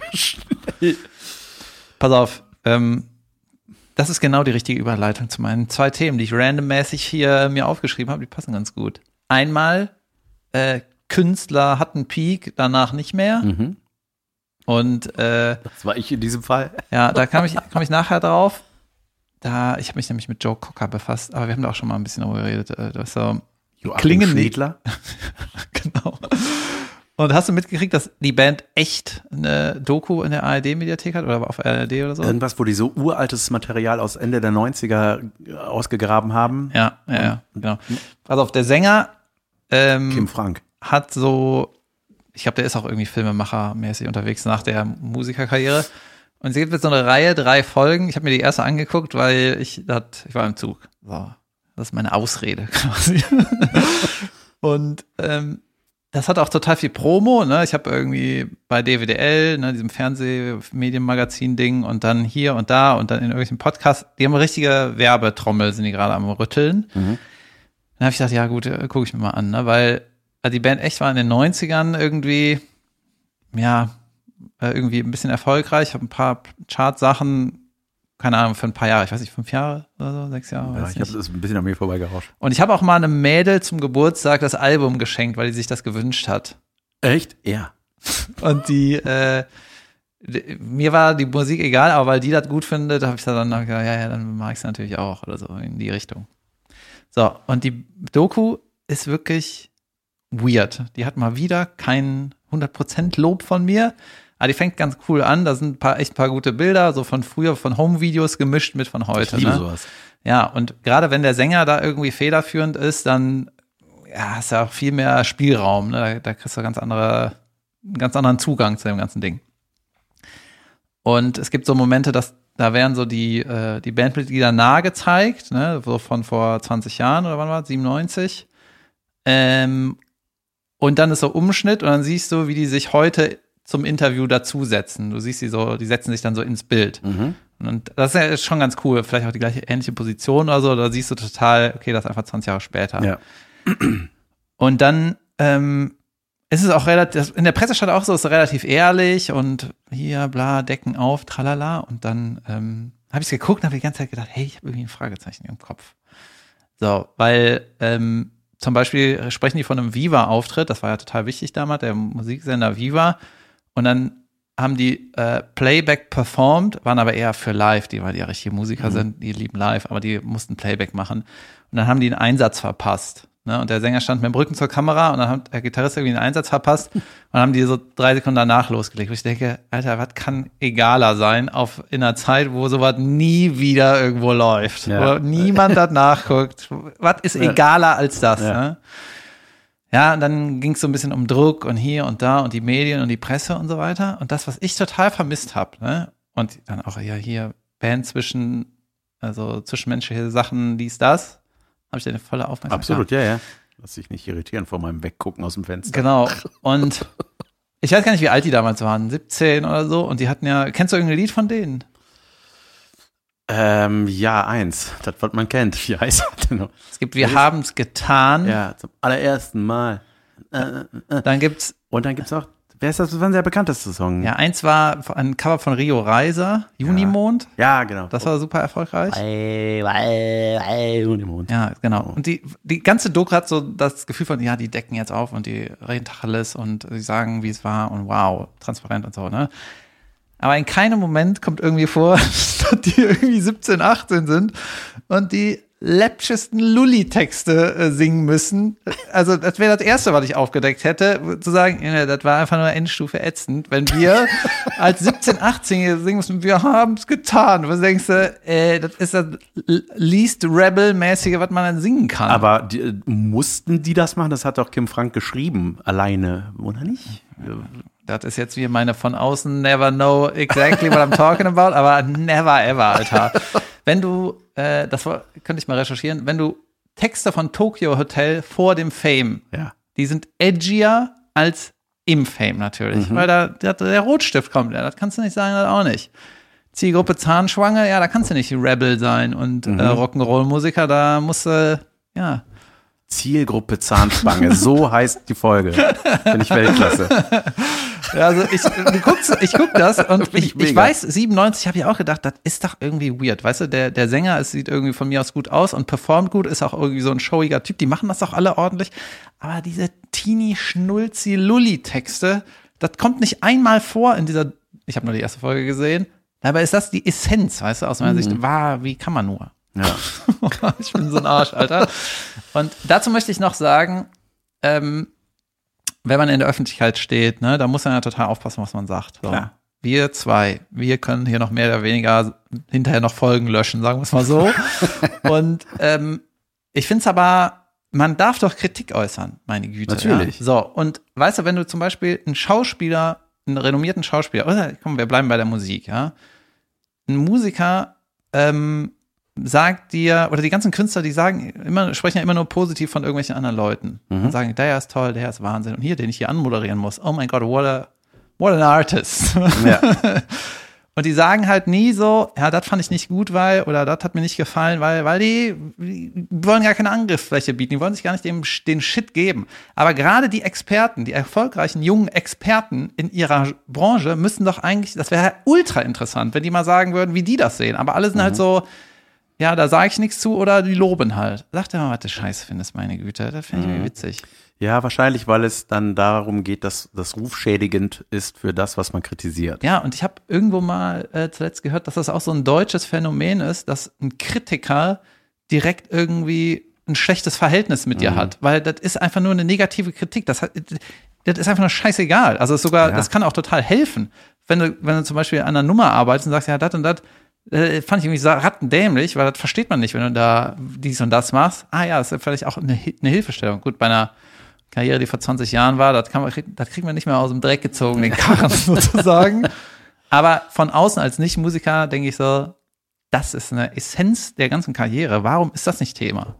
Pass auf, das ist genau die richtige Überleitung zu meinen 2 Themen, die ich randommäßig hier mir aufgeschrieben habe, die passen ganz gut. Einmal, Künstler hatten Peak, danach nicht mehr. Mhm. Und das war ich in diesem Fall. ja, da kam ich nachher drauf. Ich habe mich nämlich mit Joe Cocker befasst, aber wir haben da auch schon mal ein bisschen darüber geredet. Das so Joachim Schniedler. Genau. Und hast du mitgekriegt, dass die Band echt eine Doku in der ARD-Mediathek hat oder auf ARD oder so? Irgendwas, wo die so uraltes Material aus Ende der 90er ausgegraben haben. Ja, genau. Also auf der Sänger Kim Frank hat so, ich glaube, der ist auch irgendwie Filmemacher-mäßig unterwegs nach der Musikerkarriere. Und es gibt jetzt so eine Reihe, 3 Folgen. Ich habe mir die erste angeguckt, weil ich war im Zug. So, das ist meine Ausrede quasi. Und das hat auch total viel Promo, ne? Ich habe irgendwie bei DWDL, ne, diesem Fernsehmedienmagazin-Ding und dann hier und da und dann in irgendwelchen Podcasts, die haben eine richtige Werbetrommel, sind die gerade am Rütteln. Mhm. Dann habe ich gedacht, ja gut, gucke ich mir mal an, ne? Weil die Band echt war in den 90ern irgendwie, ja, irgendwie ein bisschen erfolgreich. Ich habe ein paar Chartsachen, keine Ahnung, für ein paar Jahre, ich weiß nicht, 5 Jahre oder so, 6 Jahre. Ja, ich habe das ein bisschen an mir vorbeigerauscht. Und ich habe auch mal einem Mädel zum Geburtstag das Album geschenkt, weil die sich das gewünscht hat. Echt? Ja. Und mir war die Musik egal, aber weil die das gut findet, habe ich dann gesagt, ja, dann mag ich es natürlich auch oder so in die Richtung. So, und die Doku ist wirklich weird. Die hat mal wieder kein 100% Lob von mir. Aber die fängt ganz cool an. Da sind echt ein paar gute Bilder, so von früher, von Home-Videos gemischt mit von heute. Ich liebe sowas. Ja, und gerade wenn der Sänger da irgendwie federführend ist, dann hast du ja auch viel mehr Spielraum. Ne? Da kriegst du einen ganz anderen Zugang zu dem ganzen Ding. Und es gibt so Momente, da werden so die Bandmitglieder nahe gezeigt, ne? So von vor 20 Jahren oder wann war es? 97. Und dann ist so Umschnitt und dann siehst du, wie die sich heute zum Interview dazusetzen. Du siehst die setzen sich dann so ins Bild. Mhm. Und das ist ja schon ganz cool. Vielleicht auch die gleiche ähnliche Position oder so. Da siehst du total, okay, das ist einfach 20 Jahre später. Ja. Und dann ist es auch relativ, in der Presse stand auch so, ist relativ ehrlich und hier, bla, Decken auf, tralala. Und dann habe ich es geguckt und habe die ganze Zeit gedacht, hey, ich habe irgendwie ein Fragezeichen im Kopf. So, weil zum Beispiel sprechen die von einem Viva-Auftritt. Das war ja total wichtig damals, der Musiksender Viva. Und dann haben die Playback performt, waren aber eher für live, weil die ja richtige Musiker sind, die lieben live, aber die mussten Playback machen. Und dann haben die einen Einsatz verpasst. Ne? Und der Sänger stand mit dem Rücken zur Kamera und dann hat der Gitarrist irgendwie einen Einsatz verpasst und dann haben die so 3 Sekunden danach losgelegt. Wo ich denke, Alter, was kann egaler sein in einer Zeit, wo sowas nie wieder irgendwo läuft, wo niemand das nachguckt. Was ist egaler als das? Ja. Ne? Ja, und dann ging es so ein bisschen um Druck und hier und da und die Medien und die Presse und so weiter. Und das, was ich total vermisst habe, ne? Und dann auch hier Band zwischenmenschliche Sachen, dies, das, habe ich eine volle Aufmerksamkeit. Absolut, ja. Lass dich nicht irritieren vor meinem Weggucken aus dem Fenster. Genau. Und ich weiß gar nicht, wie alt die damals waren, 17 oder so. Und die hatten ja, kennst du irgendein Lied von denen? Ja, eins. Das, was man kennt. Wie heißt das denn noch? Es gibt Wir haben's getan. Ja, zum allerersten Mal. Dann gibt's. Und dann gibt's auch, wer ist das? Das war der bekannteste Song. Ja, eins war ein Cover von Rio Reiser, Junimond. Ja, genau. Das war super erfolgreich. Junimond. Ja, genau. Und die ganze Doku hat so das Gefühl von, ja, die decken jetzt auf und die reden Tacheles und sie sagen, wie es war und wow, transparent und so, ne? Aber in keinem Moment kommt irgendwie vor, dass die irgendwie 17, 18 sind und die läppschesten Lulli-Texte singen müssen. Also das wäre das Erste, was ich aufgedeckt hätte, zu sagen, ja, das war einfach nur Endstufe ätzend, wenn wir als 17-, 18-Jährige singen müssen, wir haben es getan. Was denkst du, das ist das least Rebel-mäßige, was man dann singen kann. Aber mussten die das machen? Das hat doch Kim Frank geschrieben, alleine, oder nicht? Das ist jetzt wie meine von außen never know exactly what I'm talking about, aber never ever, Alter. Wenn du, könnte ich mal recherchieren, wenn du Texte von Tokyo Hotel vor dem Fame, die sind edgier als im Fame natürlich, weil da der Rotstift kommt, das kannst du nicht sagen, das auch nicht. Zielgruppe Zahnschwange, da kannst du nicht Rebel sein und Rock'n'Roll-Musiker, da musst du, Zielgruppe Zahnspange, so heißt die Folge. Bin ich Weltklasse. Ja, also ich guck das und ich weiß, 97 habe ich auch gedacht, das ist doch irgendwie weird. Weißt du, der Sänger, es sieht irgendwie von mir aus gut aus und performt gut, ist auch irgendwie so ein showiger Typ, die machen das doch alle ordentlich. Aber diese Teenie-Schnulzi-Lulli-Texte, das kommt nicht einmal vor in dieser, ich habe nur die erste Folge gesehen, dabei ist das die Essenz, weißt du, aus meiner Sicht, wie kann man nur? Ja. Ich bin so ein Arsch, Alter. Und dazu möchte ich noch sagen, wenn man in der Öffentlichkeit steht, ne, da muss man ja total aufpassen, was man sagt. So. Wir können hier noch mehr oder weniger hinterher noch Folgen löschen, sagen wir es mal so. Und ich finde es aber, man darf doch Kritik äußern, meine Güte. Natürlich. Ja? So, und weißt du, wenn du zum Beispiel einen renommierten Schauspieler, oder komm, wir bleiben bei der Musik, ja, ein Musiker, sagt dir, oder die ganzen Künstler, die sprechen ja immer nur positiv von irgendwelchen anderen Leuten. Und sagen, der ist toll, der ist Wahnsinn. Und hier, den ich hier anmoderieren muss. Oh mein Gott, what an artist. Ja. Und die sagen halt nie so, ja, das fand ich nicht gut, oder das hat mir nicht gefallen, weil die wollen gar keine Angriffsfläche bieten. Die wollen sich gar nicht den Shit geben. Aber gerade die Experten, die erfolgreichen jungen Experten in ihrer Branche müssen doch eigentlich, das wäre ultra interessant, wenn die mal sagen würden, wie die das sehen. Aber alle sind halt so, ja, da sage ich nichts zu oder die loben halt. Sag dir mal, was du scheiße findest, meine Güte. Das finde ich irgendwie witzig. Ja, wahrscheinlich, weil es dann darum geht, dass das rufschädigend ist für das, was man kritisiert. Ja, und ich habe irgendwo mal zuletzt gehört, dass das auch so ein deutsches Phänomen ist, dass ein Kritiker direkt irgendwie ein schlechtes Verhältnis mit dir hat. Weil das ist einfach nur eine negative Kritik. Das ist einfach nur scheißegal. Also das kann auch total helfen. Wenn du zum Beispiel an einer Nummer arbeitest und sagst, ja, das und das, fand ich irgendwie rattendämlich, weil das versteht man nicht, wenn du da dies und das machst. Das ist vielleicht auch eine Hilfestellung. Gut, bei einer Karriere, die vor 20 Jahren war, das kriegt man nicht mehr aus dem Dreck gezogen, den Karren sozusagen. Aber von außen als Nicht-Musiker denke ich so, das ist eine Essenz der ganzen Karriere. Warum ist das nicht Thema?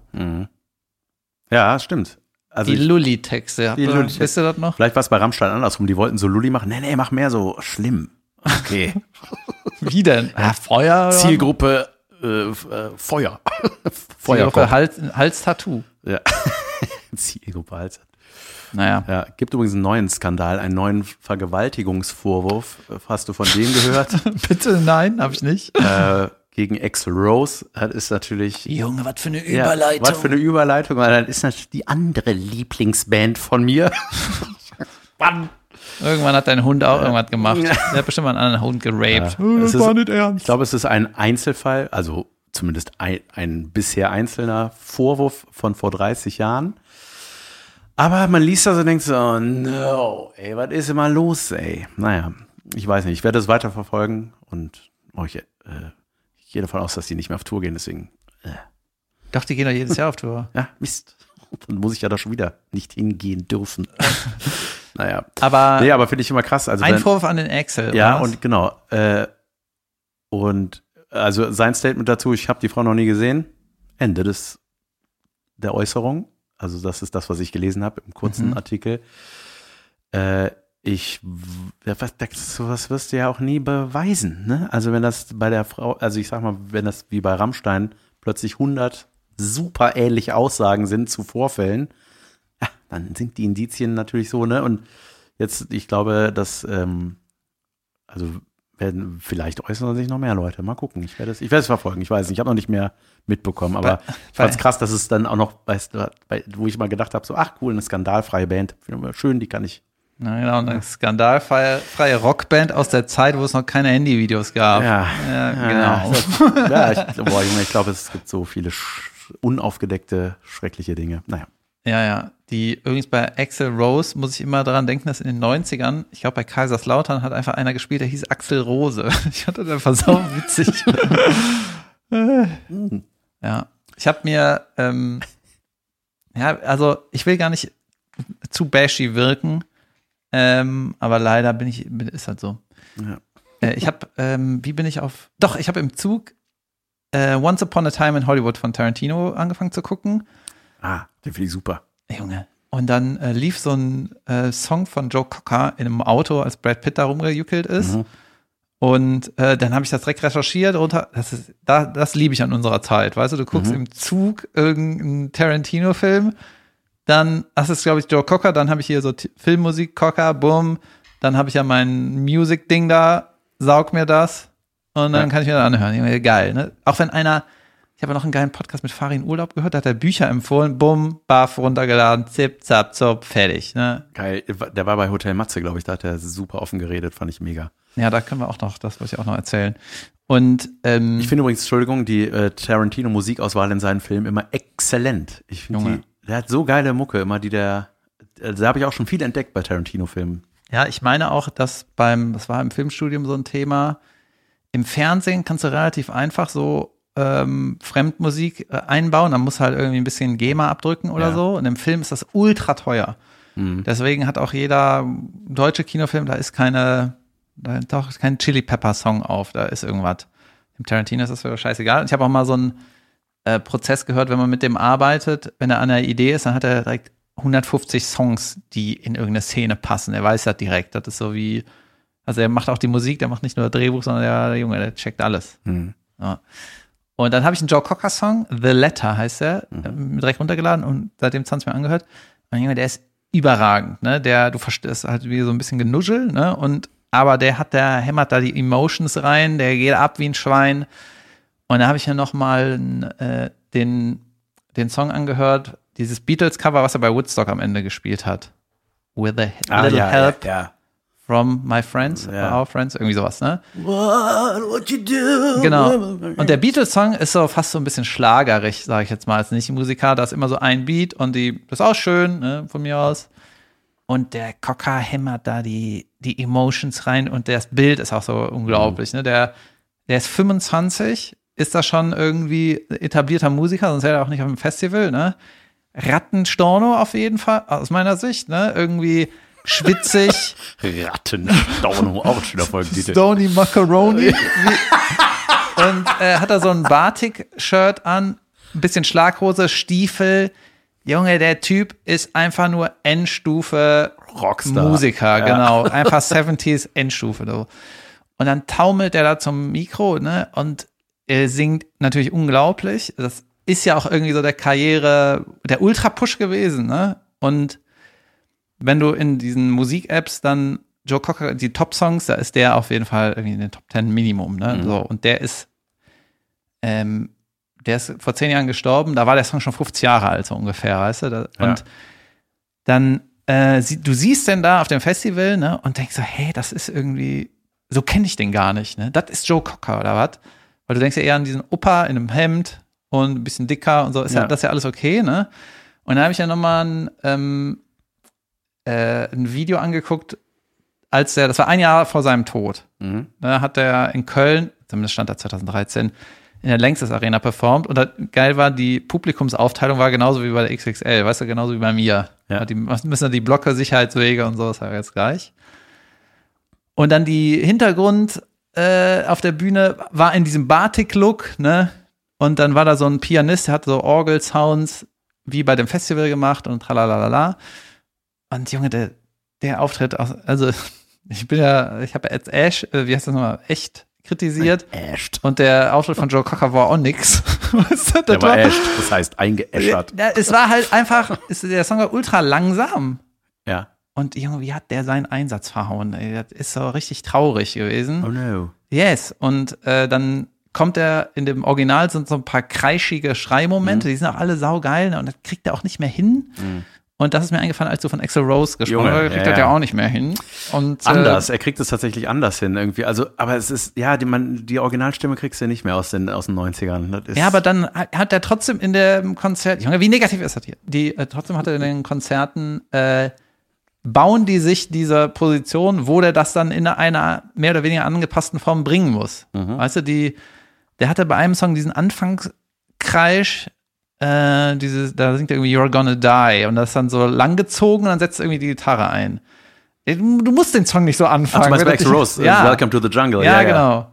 Ja, stimmt. Also die Lulli-Texte. Wisst ihr das noch? Vielleicht war es bei Rammstein andersrum. Die wollten so Lulli machen. Nee, mach mehr so schlimm. Okay. Wie denn? Feuer. Zielgruppe Feuer. Zielgruppe Hals-Tattoo. Ja. Zielgruppe Hals-Tattoo. Naja. Ja, gibt übrigens einen neuen Skandal, einen neuen Vergewaltigungsvorwurf. Hast du von dem gehört? Bitte, nein, habe ich nicht. Gegen Axl Rose. Das ist natürlich. Junge, was für eine Überleitung. Was für eine Überleitung, weil das ist natürlich die andere Lieblingsband von mir. Mann. Irgendwann hat dein Hund auch irgendwas gemacht. Der hat bestimmt mal einen anderen Hund geraped. Das war nicht ernst. Ich glaube, es ist ein Einzelfall, also zumindest ein bisher einzelner Vorwurf von vor 30 Jahren. Aber man liest das und denkt so, oh no, ey, was ist immer los, ey? Naja, ich weiß nicht, ich werde es weiterverfolgen und ich gehe davon aus, dass die nicht mehr auf Tour gehen, deswegen. Doch, die gehen doch jedes Jahr auf Tour. Ja, Mist. Dann muss ich ja da schon wieder nicht hingehen dürfen. Naja. Aber finde ich immer krass. Also Einwurf an den Axl. Ja, und genau. Und also sein Statement dazu, ich habe die Frau noch nie gesehen. Ende der Äußerung. Also das ist das, was ich gelesen habe im kurzen Artikel. Sowas wirst du ja auch nie beweisen. Ne? Also wenn das bei der Frau, also ich sag mal, wenn das wie bei Rammstein plötzlich 100 super ähnliche Aussagen sind zu Vorfällen, ja, dann sind die Indizien natürlich so, ne? Und jetzt, ich glaube, dass, vielleicht äußern sich noch mehr Leute. Mal gucken. Ich werde es verfolgen. Ich weiß nicht. Ich habe noch nicht mehr mitbekommen. Aber ich fand es krass, dass es dann auch noch, weißt du, wo ich mal gedacht habe, so, ach cool, eine skandalfreie Band. Schön, die kann ich. Na genau, eine skandalfreie Rockband aus der Zeit, wo es noch keine Handyvideos gab. Ja genau. Ich glaube, es gibt so viele unaufgedeckte, schreckliche Dinge. Naja. Ja. Die übrigens bei Axl Rose muss ich immer daran denken, dass in den 90ern, ich glaube bei Kaiserslautern hat einfach einer gespielt, der hieß Axl Rose. Ich fand das einfach so witzig. Ja. Ich habe mir, also ich will gar nicht zu bashy wirken, aber leider ist halt so. Ja. Ich habe im Zug Once Upon a Time in Hollywood von Tarantino angefangen zu gucken. Ah, den finde ich super. Junge. Und dann lief so ein Song von Joe Cocker in einem Auto, als Brad Pitt da rumgejuckelt ist. Und dann habe ich das direkt recherchiert. Das liebe ich an unserer Zeit. Weißt du guckst im Zug irgendeinen Tarantino-Film, dann, das ist, glaube ich, Joe Cocker, dann habe ich hier so Filmmusik, Cocker, bumm, dann habe ich ja mein Music-Ding da, saug mir das und dann kann ich mir das anhören. Geil, ne? Auch wenn ich habe noch einen geilen Podcast mit Farin Urlaub gehört, da hat er Bücher empfohlen, bumm, Buff runtergeladen, zip, zap, zop, fertig, ne? Geil, der war bei Hotel Matze, glaube ich, da hat er super offen geredet, fand ich mega. Ja, da können wir auch noch, das wollte ich auch noch erzählen. Und ich finde übrigens, Entschuldigung, die Tarantino-Musikauswahl in seinen Filmen immer exzellent. Ich finde der hat so geile Mucke immer, da habe ich auch schon viel entdeckt bei Tarantino-Filmen. Ja, ich meine auch, das war im Filmstudium so ein Thema. Im Fernsehen kannst du relativ einfach so Fremdmusik einbauen, dann muss halt irgendwie ein bisschen GEMA abdrücken oder so. Und im Film ist das ultra teuer. Deswegen hat auch jeder deutsche Kinofilm, da ist kein Chili Pepper Song auf, da ist irgendwas. Im Tarantino ist das wieder scheißegal. Und ich habe auch mal so einen Prozess gehört, wenn man mit dem arbeitet, wenn er an einer Idee ist, dann hat er direkt 150 Songs, die in irgendeine Szene passen. Er weiß das direkt. Das ist so wie, also er macht auch die Musik, der macht nicht nur das Drehbuch, sondern der Junge, der checkt alles. Ja. Und dann habe ich einen Joe Cocker Song, The Letter heißt er, direkt runtergeladen und seitdem 20 Mal angehört. Und Junge, der ist überragend, ne? Du verstehst halt wie so ein bisschen Genuschel, ne? Aber der hämmert da die Emotions rein, der geht ab wie ein Schwein. Und da habe ich ja noch mal den Song angehört, dieses Beatles-Cover, was er bei Woodstock am Ende gespielt hat. With a little help from my friends, our friends, irgendwie sowas, ne? What you do? Genau. Und der Beatles-Song ist so fast so ein bisschen schlagerig, sage ich jetzt mal, als Nicht-Musiker. Da ist immer so ein Beat und das ist auch schön, ne, von mir aus. Und der Cocker hämmert da die Emotions rein und das Bild ist auch so unglaublich, ne? Der ist 25, ist da schon irgendwie etablierter Musiker, sonst wäre er auch nicht auf dem Festival, ne? Rattenstorno auf jeden Fall, aus meiner Sicht, ne? Irgendwie schwitzig. Rattenstorno, auch ein schöner Folgentitel. Stony Macaroni. Und hat da so ein Batik-Shirt an, ein bisschen Schlaghose, Stiefel. Junge, der Typ ist einfach nur Endstufe Rockstar. Musiker, genau. Einfach 70s Endstufe. So. Und dann taumelt er da zum Mikro, ne? Und er singt natürlich unglaublich. Das ist ja auch irgendwie so der Ultra-Push gewesen, ne? Und wenn du in diesen Musik-Apps dann Joe Cocker, die Top-Songs, da ist der auf jeden Fall irgendwie in den Top 10 Minimum, ne? So, und der ist vor 10 Jahren gestorben, da war der Song schon 50 Jahre alt, so ungefähr, weißt du? Und dann du siehst denn da auf dem Festival, ne, und denkst so, hey, das ist irgendwie, so kenne ich den gar nicht, ne? Das ist Joe Cocker oder was? Weil du denkst ja eher an diesen Opa in einem Hemd und ein bisschen dicker und so, ist ja das ist ja alles okay, ne? Und dann habe ich ja nochmal ein Video angeguckt, das war ein Jahr vor seinem Tod. Da hat er in Köln, zumindest stand da 2013, in der Längstes Arena performt. Und geil war, die Publikumsaufteilung war genauso wie bei der XXL, weißt du, genauso wie bei mir. Ja. Die Blocke, Sicherheitswege und so, das war jetzt gleich. Und dann die Hintergrund auf der Bühne war in diesem Batik-Look, ne? Und dann war da so ein Pianist, der hat so Orgel-Sounds wie bei dem Festival gemacht und tralalala. Und Junge, der Auftritt, also ich habe jetzt Ash, wie heißt das nochmal, echt kritisiert. Ashed. Und der Auftritt von Joe Cocker war auch nix. Der war ashed, das heißt eingeäschert. Ja, es war halt einfach, der Song war ultra langsam. Ja. Und Junge, wie hat der seinen Einsatz verhauen? Ey, das ist so richtig traurig gewesen. Oh no. Yes. Und dann kommt er in dem Original, sind so ein paar kreischige Schreimomente, die sind auch alle saugeil, ne? Und das kriegt er auch nicht mehr hin. Und das ist mir eingefallen, als du von Axl Rose gesprochen hast. Er kriegt das ja auch nicht mehr hin. Und, anders, er kriegt es tatsächlich anders hin irgendwie. Also, aber es ist, ja, die Originalstimme kriegst du nicht mehr aus den 90ern. Das ist ja, aber dann hat er trotzdem in dem Konzert, Junge, wie negativ ist das hier? Trotzdem hat er in den Konzerten, bauen die sich diese Position, wo der das dann in einer mehr oder weniger angepassten Form bringen muss. Weißt du, der hatte bei einem Song diesen Anfangskreisch, da singt er irgendwie You're Gonna Die und das ist dann so langgezogen und dann setzt er irgendwie die Gitarre ein. Du musst den Song nicht so anfangen. Ach, du meinst bei Axl Rose, Welcome to the Jungle. Ja, genau.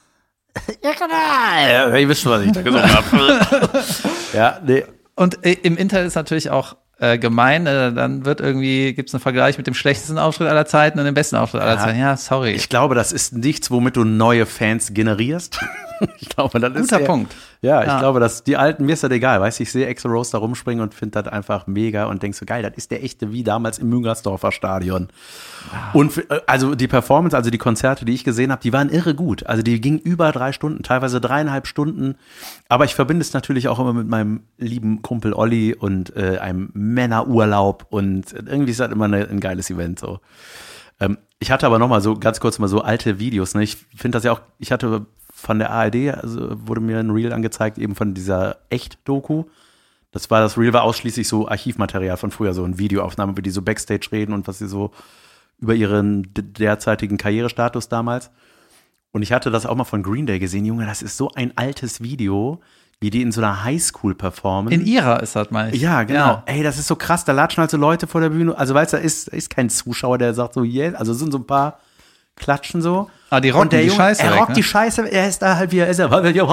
Ja, ihr wisst schon, was ich da gesungen habe. Ja, nee. Und im Internet ist natürlich auch gemein, dann gibt's einen Vergleich mit dem schlechtesten Auftritt aller Zeiten und dem besten Auftritt aller Zeiten. Ja, sorry. Ich glaube, das ist nichts, womit du neue Fans generierst. Ich glaube, das ist guter Punkt. Ja, ich glaube, dass die Alten, mir ist das egal, weißt du, ich sehe Axl Rose da rumspringen und finde das einfach mega und denk so, geil, das ist der echte wie damals im Müngersdorfer Stadion. Und also die Performance, also die Konzerte, die ich gesehen habe, die waren irre gut. Also die gingen über 3 Stunden, teilweise 3,5 Stunden. Aber ich verbinde es natürlich auch immer mit meinem lieben Kumpel Olli und einem Männerurlaub und irgendwie ist das immer ein geiles Event so. Ich hatte aber noch mal so ganz kurz mal so alte Videos. Ne? Ich finde das ja auch, ich hatte von der ARD, also wurde mir ein Reel angezeigt, eben von dieser Echt-Doku. Das Reel war ausschließlich so Archivmaterial von früher, so eine Videoaufnahme, wie die so Backstage reden und was sie so über ihren derzeitigen Karrierestatus damals. Und ich hatte das auch mal von Green Day gesehen. Junge, das ist so ein altes Video, wie die in so einer Highschool performen. In ihrer ist das, meine ich. Ja, genau. Ja. Ey, das ist so krass, da latschen halt so Leute vor der Bühne. Also weißt du, da ist kein Zuschauer, der sagt so, yeah. Also es sind so ein paar Klatschen so. Ah, die rocken die Scheiße Er rockt die Scheiße, er ist da halt, wie er ist,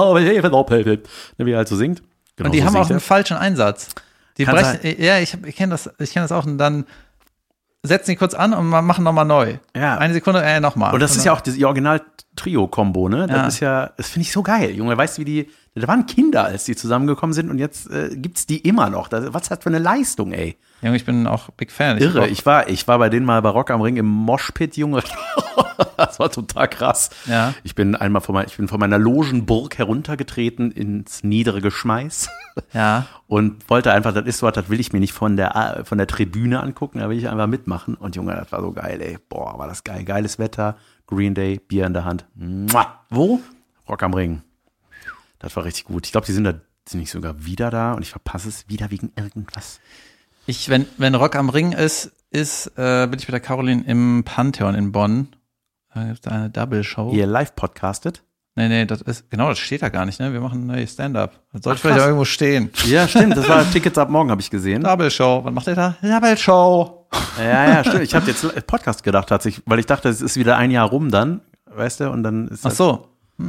wie er halt so singt. Genau, und die so haben auch einen falschen Einsatz. Die brechen, ja, ich kenne das auch und dann setzen die kurz an und machen nochmal neu. Ja. Eine Sekunde, nochmal. Und das ist ja auch die Original-Trio-Kombo, ne? Das ist ja, das finde ich so geil. Junge, weißt du, da waren Kinder, als die zusammengekommen sind und jetzt gibt's die immer noch. Was ist das für eine Leistung, ey? Junge, ich bin auch Big Fan. Irre, ich war bei denen mal bei Rock am Ring im Moshpit, Junge. Das war total krass. Ja. Ich bin von meiner Logenburg heruntergetreten ins niedere Geschmeiß. Ja. Und wollte einfach, das will ich mir nicht von der Tribüne angucken, da will ich einfach mitmachen. Und Junge, das war so geil, ey. Boah, war das geil. Geiles Wetter, Green Day, Bier in der Hand. Mua. Wo? Rock am Ring. Das war richtig gut. Ich glaube, die sind nicht sogar wieder da und ich verpasse es wieder wegen irgendwas. Wenn Rock am Ring ist, bin ich mit der Caroline im Pantheon in Bonn. Da gibt es eine Double-Show. Ihr live podcastet? Nee, das steht da gar nicht, ne? Wir machen Stand-up. Das sollte vielleicht irgendwo stehen. Ja, stimmt, das war Tickets ab morgen, habe ich gesehen. Double-Show, was macht der da? Double-Show. Ja, stimmt. Ich habe jetzt Podcast gedacht tatsächlich, weil ich dachte, es ist wieder ein Jahr rum dann, weißt du, und dann ist Ach so.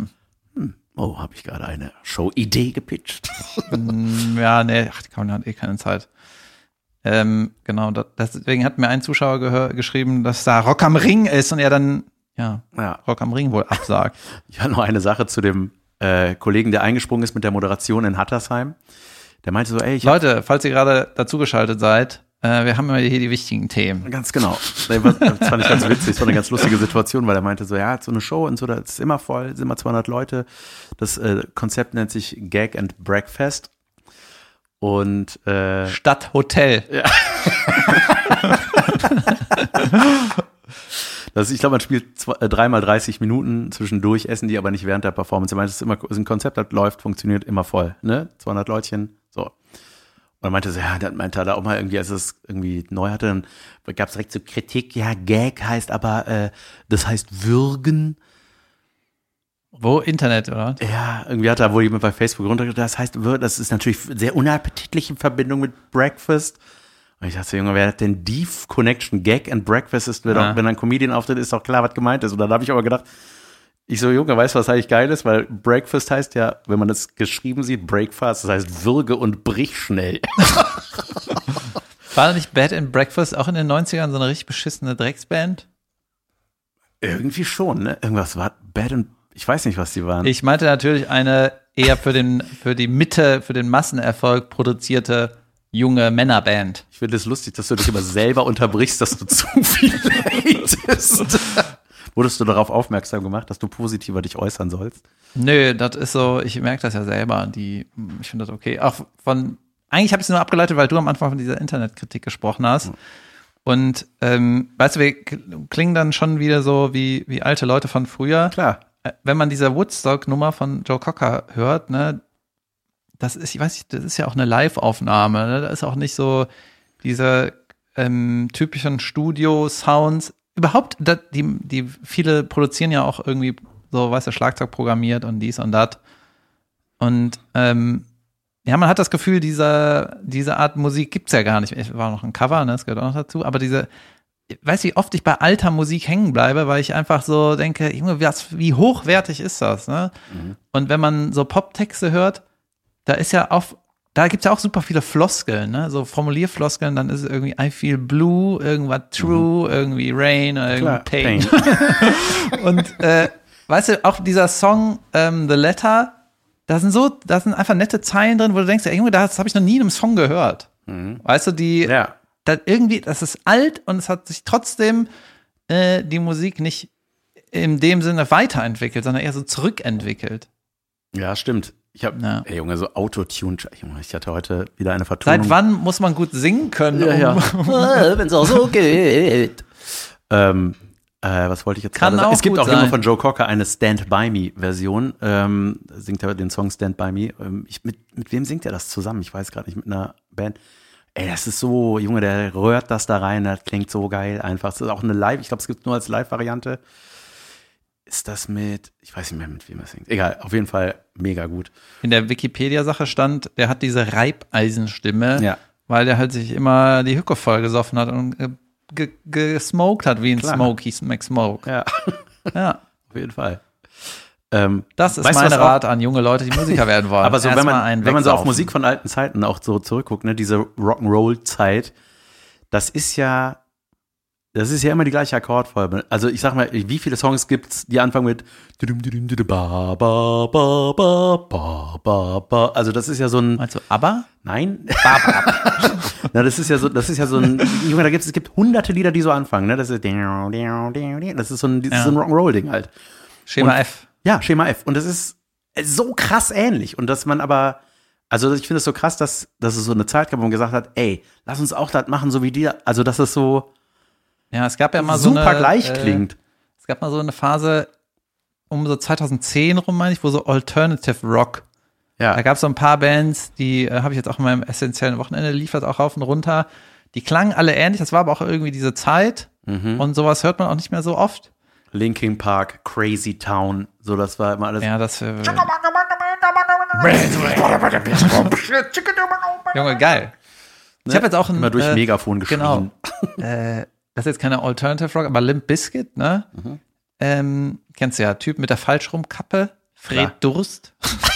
Oh, habe ich gerade eine Show-Idee gepitcht. Ja, nee, die Caroline hat keine Zeit. Genau, deswegen hat mir ein Zuschauer geschrieben, dass da Rock am Ring ist und er dann Rock am Ring wohl absagt. Ja, noch eine Sache zu dem Kollegen, der eingesprungen ist mit der Moderation in Hattersheim. Der meinte so, ey, Leute, falls ihr gerade dazugeschaltet seid, wir haben hier die wichtigen Themen. Ganz genau. Das fand ich ganz witzig. Das war eine ganz lustige Situation, weil er meinte so, ja, so eine Show und so, das ist immer voll, sind immer 200 Leute. Das Konzept nennt sich Gag and Breakfast. Und Stadthotel. Ja. Ich glaube, man spielt 3x 30 Minuten zwischendurch, essen die aber nicht während der Performance. Ich meine, das ist ein Konzept, das läuft, funktioniert immer voll, ne? 200 Leutchen, so. Und dann meinte sie, dann meinte er da auch mal irgendwie, als es irgendwie neu hatte, dann gab es direkt so Kritik, ja, Gag heißt aber, das heißt würgen. Wo? Internet, oder? Ja, irgendwie hat da wohl jemand bei Facebook runtergedacht, das heißt, das ist natürlich sehr unappetitlich in Verbindung mit Breakfast. Und ich dachte, Junge, wer hat denn die Connection? Gag and Breakfast ist, wenn ein Comedian auftritt, ist doch klar, was gemeint ist. Und dann habe ich aber gedacht, Junge, weißt du, was eigentlich geil ist? Weil Breakfast heißt ja, wenn man das geschrieben sieht, Breakfast, das heißt würge und brich schnell. War nicht Bed and Breakfast auch in den 90ern so eine richtig beschissene Drecksband? Irgendwie schon, ne? Irgendwas war Bed and, ich weiß nicht, was die waren. Ich meinte natürlich eine eher für den Massenerfolg produzierte junge Männerband. Ich finde es lustig, dass du dich immer selber unterbrichst, dass du zu viel hatest. Wurdest du darauf aufmerksam gemacht, dass du positiver dich äußern sollst? Nö, das ist so, ich merke das ja selber. Ich finde das okay. Eigentlich habe ich es nur abgeleitet, weil du am Anfang von dieser Internetkritik gesprochen hast. Und weißt du, wir klingen dann schon wieder so wie alte Leute von früher. Klar. Wenn man diese Woodstock-Nummer von Joe Cocker hört, ne, das ist, ich weiß nicht, das ist ja auch eine Live-Aufnahme, ne? Da ist auch nicht so diese typischen Studio-Sounds. Überhaupt, die viele produzieren ja auch irgendwie so, weißt du, Schlagzeug programmiert und dies und das. Und ja, man hat das Gefühl, diese Art Musik gibt's ja gar nicht. Es war noch ein Cover, ne, das gehört auch noch dazu, aber ich weiß, wie oft ich bei alter Musik hängen bleibe, weil ich einfach so denke, Junge, wie hochwertig ist das, ne? Mhm. Und wenn man so Poptexte hört, da gibt's ja auch super viele Floskeln, ne? So Formulierfloskeln, dann ist es irgendwie I feel blue, irgendwas true, irgendwie rain, irgendwie pain. Und weißt du, auch dieser Song The Letter, da sind einfach nette Zeilen drin, wo du denkst, ja, Junge, das habe ich noch nie in einem Song gehört. Mhm. Weißt du, das ist alt und es hat sich trotzdem die Musik nicht in dem Sinne weiterentwickelt, sondern eher so zurückentwickelt. Ja, stimmt. Ey Junge, so Autotune, ich hatte heute wieder eine Vertonung. Seit wann muss man gut singen können? Wenn es auch so geht. Was wollte ich jetzt gerade sagen? Es gibt auch immer von Joe Cocker eine Stand By Me Version. Singt er den Song Stand By Me. Mit wem singt er das zusammen? Ich weiß gerade nicht, mit einer Band. Ey, das ist so, Junge, der rührt das da rein, das klingt so geil einfach. Das ist auch eine Live, ich glaube, es gibt nur als Live-Variante. Ist das ich weiß nicht mehr, mit wem er singt. Egal, auf jeden Fall mega gut. In der Wikipedia-Sache stand, der hat diese Reibeisenstimme, weil der halt sich immer die Hücke voll gesoffen hat und gesmoked hat wie ein Smokey McSmoke. Ja. Ja. Auf jeden Fall. Das ist meine Rat an junge Leute, die Musiker werden wollen. Aber so, wenn man so auf Musik von alten Zeiten auch so zurückguckt, ne, diese Rock'n'Roll-Zeit, das ist ja immer die gleiche Akkordfolge. Also ich sag mal, wie viele Songs gibt's, die anfangen mit also das ist ja so ein. Meinst du ABBA? Nein. Na, das ist ja so ein, Junge, es gibt hunderte Lieder, die so anfangen, ne? Das ist so ein Rock'n'Roll-Ding halt. Schema F. Ja, Schema F. Und das ist so krass ähnlich. Und dass man aber, also ich finde es so krass, dass es so eine Zeit gab, wo man gesagt hat, ey, lass uns auch das machen, so wie die, also dass es so ja, es gab ja mal super gleich klingt. Es gab mal so eine Phase um so 2010 rum, meine ich, wo so Alternative Rock. Ja. Da gab es so ein paar Bands, die habe ich jetzt auch in meinem essentiellen Wochenende liefert auch rauf und runter. Die klangen alle ähnlich, das war aber auch irgendwie diese Zeit. Mhm. Und sowas hört man auch nicht mehr so oft. Linkin Park, Crazy Town, so das war immer alles. Ja, das Junge, geil. Ich habe jetzt auch immer durch Megafon geschrien. Genau. Das ist jetzt keine Alternative Rock, aber Limp Bizkit, ne? Mhm. Kennst du ja, Typ mit der Falschrumkappe, Fred Durst.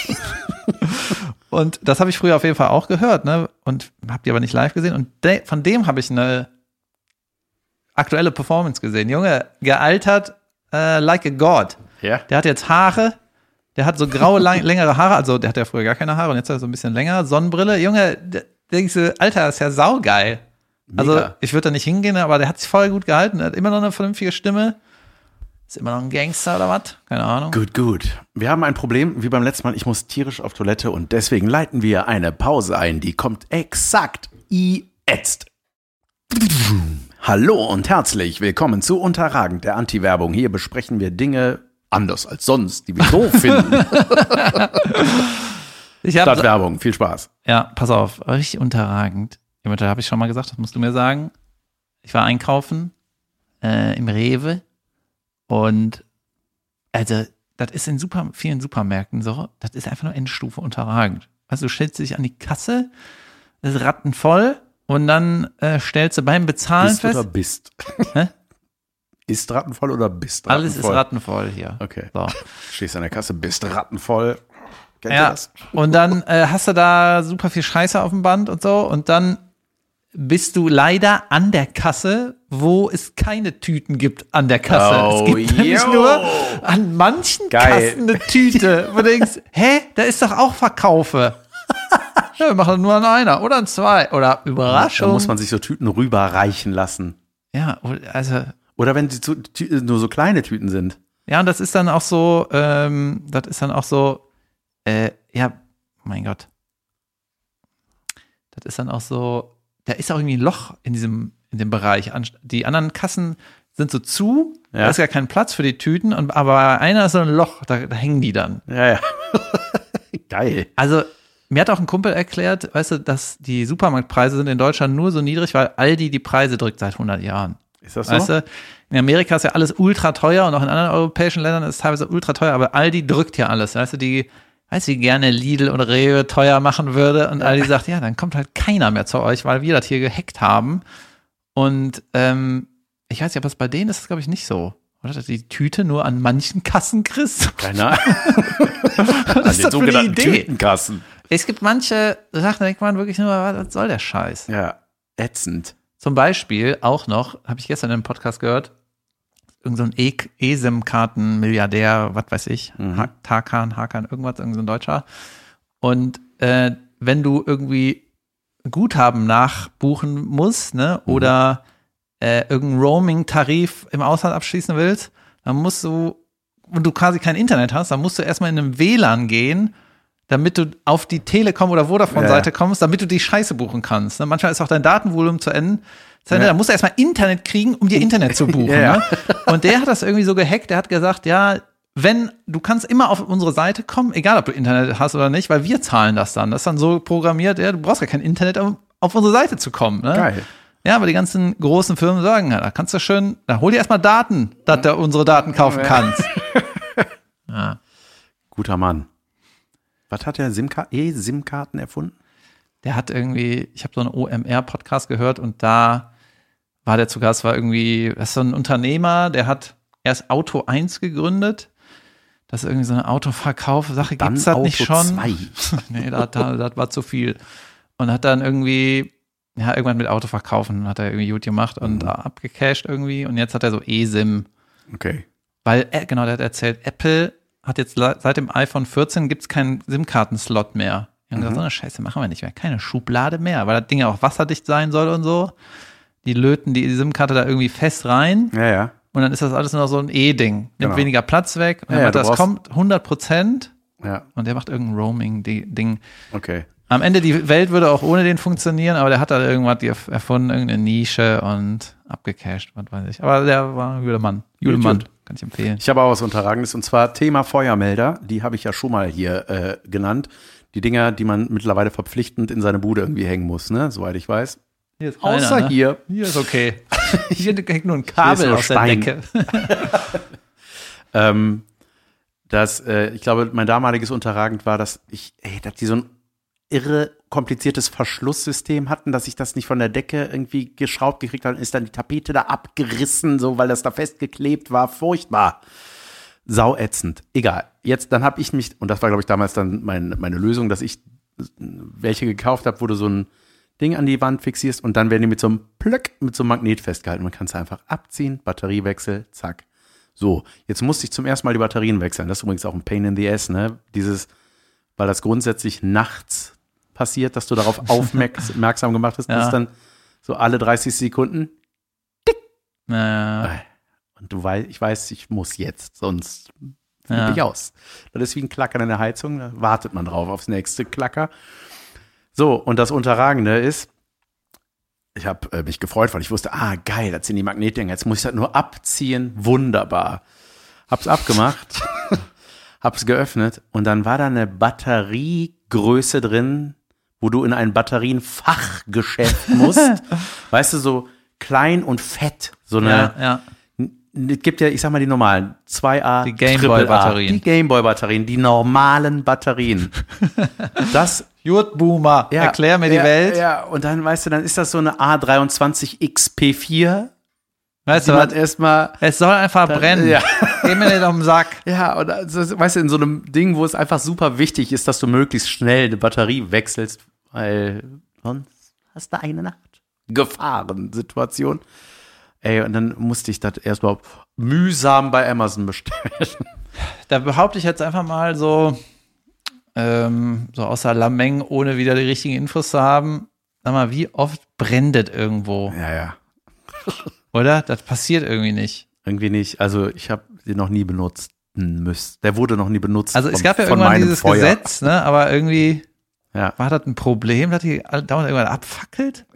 Und das habe ich früher auf jeden Fall auch gehört, ne? Und habe die aber nicht live gesehen. Und von dem habe ich eine aktuelle Performance gesehen. Junge, gealtert like a God. Ja. Der hat jetzt Haare, der hat so graue, längere Haare, also der hat ja früher gar keine Haare und jetzt hat er so ein bisschen länger, Sonnenbrille. Junge, denkst du, Alter, ist ja saugeil. Mega. Also ich würde da nicht hingehen, aber der hat sich voll gut gehalten, der hat immer noch eine vernünftige Stimme. Ist immer noch ein Gangster oder was? Keine Ahnung. Gut. Wir haben ein Problem, wie beim letzten Mal, ich muss tierisch auf Toilette und deswegen leiten wir eine Pause ein, die kommt exakt jetzt. Hallo und herzlich willkommen zu Unterragend, der Anti-Werbung. Hier besprechen wir Dinge anders als sonst, die wir so finden. Statt Werbung, viel Spaß. Ja, pass auf, richtig unterragend. Da habe ich schon mal gesagt, das musst du mir sagen. Ich war einkaufen im Rewe und also das ist in vielen Supermärkten so, das ist einfach nur Endstufe unterragend. Also du stellst dich an die Kasse, das ist rattenvoll und dann stellst du beim Bezahlen Ist fest. oder bist? Hä? Ist rattenvoll oder bist rattenvoll? Alles ist rattenvoll hier. Okay. So. Stehst an der Kasse, bist rattenvoll. Kennt ihr Ja, das? und dann hast du da super viel Scheiße auf dem Band und so und dann bist du leider an der Kasse, wo es keine Tüten gibt an der Kasse. Oh, es gibt nämlich yo. nur an manchen Geil. Kassen eine Tüte, wo du denkst, hä, da ist doch auch Verkaufe. Ja, wir machen nur an einer oder an zwei oder Überraschung. Da muss man sich so Tüten rüberreichen lassen. Ja, also Oder wenn sie nur so kleine Tüten sind. ja, und das ist dann auch so, ja, mein Gott. Das ist dann auch so, da ist auch irgendwie ein Loch in dem Bereich. Die anderen Kassen sind so zu, Ja. da ist ja kein Platz für die Tüten, aber einer ist so ein Loch, da hängen die dann. Ja. Geil. Also, mir hat auch ein Kumpel erklärt, weißt du, dass die Supermarktpreise sind in Deutschland nur so niedrig, weil Aldi die Preise drückt seit 100 Jahren. Ist das so? Weißt du, in Amerika ist ja alles ultra teuer und auch in anderen europäischen Ländern ist es teilweise ultra teuer, aber Aldi drückt ja alles. Weißt du, wie gerne Lidl und Rewe teuer machen würde und Aldi sagt, ja, dann kommt halt keiner mehr zu euch, weil wir das hier gehackt haben. Und ich weiß nicht, aber bei denen ist es, glaube ich, nicht so. Oder dass du die Tüte nur an manchen Kassen kriegst. Keine Ahnung. Was ist das für eine Idee? Tütenkassen. Es gibt manche Sachen, da denkt man wirklich nur, was soll der Scheiß? Ja, ätzend. Zum Beispiel auch noch, habe ich gestern in einem Podcast gehört, irgend so ein ESIM-Karten-Milliardär, was weiß ich, Hakan, irgendwas, irgend so ein Deutscher. Und wenn du irgendwie Guthaben nachbuchen musst, ne, oder irgendeinen Roaming-Tarif im Ausland abschließen willst, dann musst du, und du quasi kein Internet hast, dann musst du erstmal in einem WLAN gehen, damit du auf die Telekom- oder Vodafone-Seite kommst, damit du die Scheiße buchen kannst. Ne? Manchmal ist auch dein Datenvolumen zu Ende. Da musst du erstmal Internet kriegen, um dir Internet zu buchen. Ja. Ne? Und der hat das irgendwie so gehackt, der hat gesagt, ja, du kannst immer auf unsere Seite kommen, egal ob du Internet hast oder nicht, weil wir zahlen das dann. Das ist dann so programmiert, ja, du brauchst ja kein Internet, um auf unsere Seite zu kommen. Ne? Geil. Ja, aber die ganzen großen Firmen sagen, ja, da kannst du schön, da hol dir erstmal Daten, dass du unsere Daten kaufen kannst. Ja. Guter Mann. Was hat der E-SIM-Karten erfunden? Der hat irgendwie, ich habe so einen OMR-Podcast gehört und da war der zu Gast, das ist so ein Unternehmer, der hat erst Auto 1 gegründet. Das ist irgendwie so eine Autoverkauf-Sache, gibt's das nicht schon? 2. Nee, das war zu viel. Und hat dann irgendwie, ja, irgendwann mit Autoverkaufen hat er irgendwie gut gemacht und abgecasht irgendwie. Und jetzt hat er so eSIM. Okay. Weil, genau, der hat erzählt, Apple hat jetzt seit dem iPhone 14 gibt's keinen SIM-Karten-Slot mehr. Die haben gesagt, so eine Scheiße machen wir nicht mehr. Keine Schublade mehr, weil das Ding ja auch wasserdicht sein soll und so. Die löten die SIM-Karte da irgendwie fest rein. Ja. Und dann ist das alles nur noch so ein E-Ding. Nimmt Genau. weniger Platz weg. Und Ja, das kommt 100%. Ja. Und der macht irgendein Roaming-Ding. Okay. Am Ende, die Welt würde auch ohne den funktionieren, aber der hat da irgendwas erfunden, irgendeine Nische und abgecasht, was weiß ich. Aber der war ein guter Mann. Guter Mann, kann ich empfehlen. Ich habe auch was Unterragendes, und zwar Thema Feuermelder. Die habe ich ja schon mal hier genannt. Die Dinger, die man mittlerweile verpflichtend in seine Bude irgendwie hängen muss, ne? Soweit ich weiß. Hier ist keiner, Außer ne? hier. Hier ist okay. Hier hängt nur ein Kabel nur aus der Stein. Decke. Ich glaube, mein damaliges Unterragend war, dass die so ein irre kompliziertes Verschlusssystem hatten, dass ich das nicht von der Decke irgendwie geschraubt gekriegt habe, ist dann die Tapete da abgerissen, so, weil das da festgeklebt war. Furchtbar. Sauätzend. Egal. Dann habe ich mich, und das war, glaube ich, damals dann meine Lösung, dass ich welche gekauft habe, wo du so ein Ding an die Wand fixierst und dann werden die mit so einem Magnet festgehalten. Man kann es einfach abziehen, Batteriewechsel, zack. So, jetzt musste ich zum ersten Mal die Batterien wechseln. Das ist übrigens auch ein Pain in the ass, ne? Weil das grundsätzlich nachts passiert, dass du darauf aufmerksam gemacht hast, ist dann so alle 30 Sekunden. Naja. Und ich weiß, ich muss jetzt, sonst flippe ich aus. Das ist wie ein Klackern in der Heizung, da wartet man drauf aufs nächste Klacker. So, und das Unterragende ist, ich habe mich gefreut, weil ich wusste, geil, das sind die Magnetdinger. Jetzt muss ich das nur abziehen. Wunderbar. Hab's abgemacht, hab's geöffnet und dann war da eine Batteriegröße drin, wo du in ein Batterienfachgeschäft musst. Weißt du, so klein und fett. So eine. Es gibt ja, ich sag mal, die normalen 2A, die Gameboy-Batterien. Die Gameboy-Batterien, die normalen Batterien. Das Jut Boomer, erklär mir die Welt. Ja, und dann, weißt du, dann ist das so eine A23 XP4. Weißt du was? Erstmal. Es soll einfach brennen. Ja. Geh mir nicht auf den Sack. Ja, und also, weißt du, in so einem Ding, wo es einfach super wichtig ist, dass du möglichst schnell eine Batterie wechselst, weil sonst hast du eine Nacht Gefahrensituation. Und dann musste ich das erstmal mühsam bei Amazon bestellen. Da behaupte ich jetzt einfach mal so außer Lameng, ohne wieder die richtigen Infos zu haben. Sag mal, wie oft brennt das irgendwo? Ja. Oder? Das passiert irgendwie nicht. Irgendwie nicht. Also ich habe den noch nie benutzt müssen. Der wurde noch nie benutzt. Also es gab ja irgendwann dieses Feuer. Gesetz, ne? Aber irgendwie war das ein Problem, dass die dauernd irgendwann abfackelt?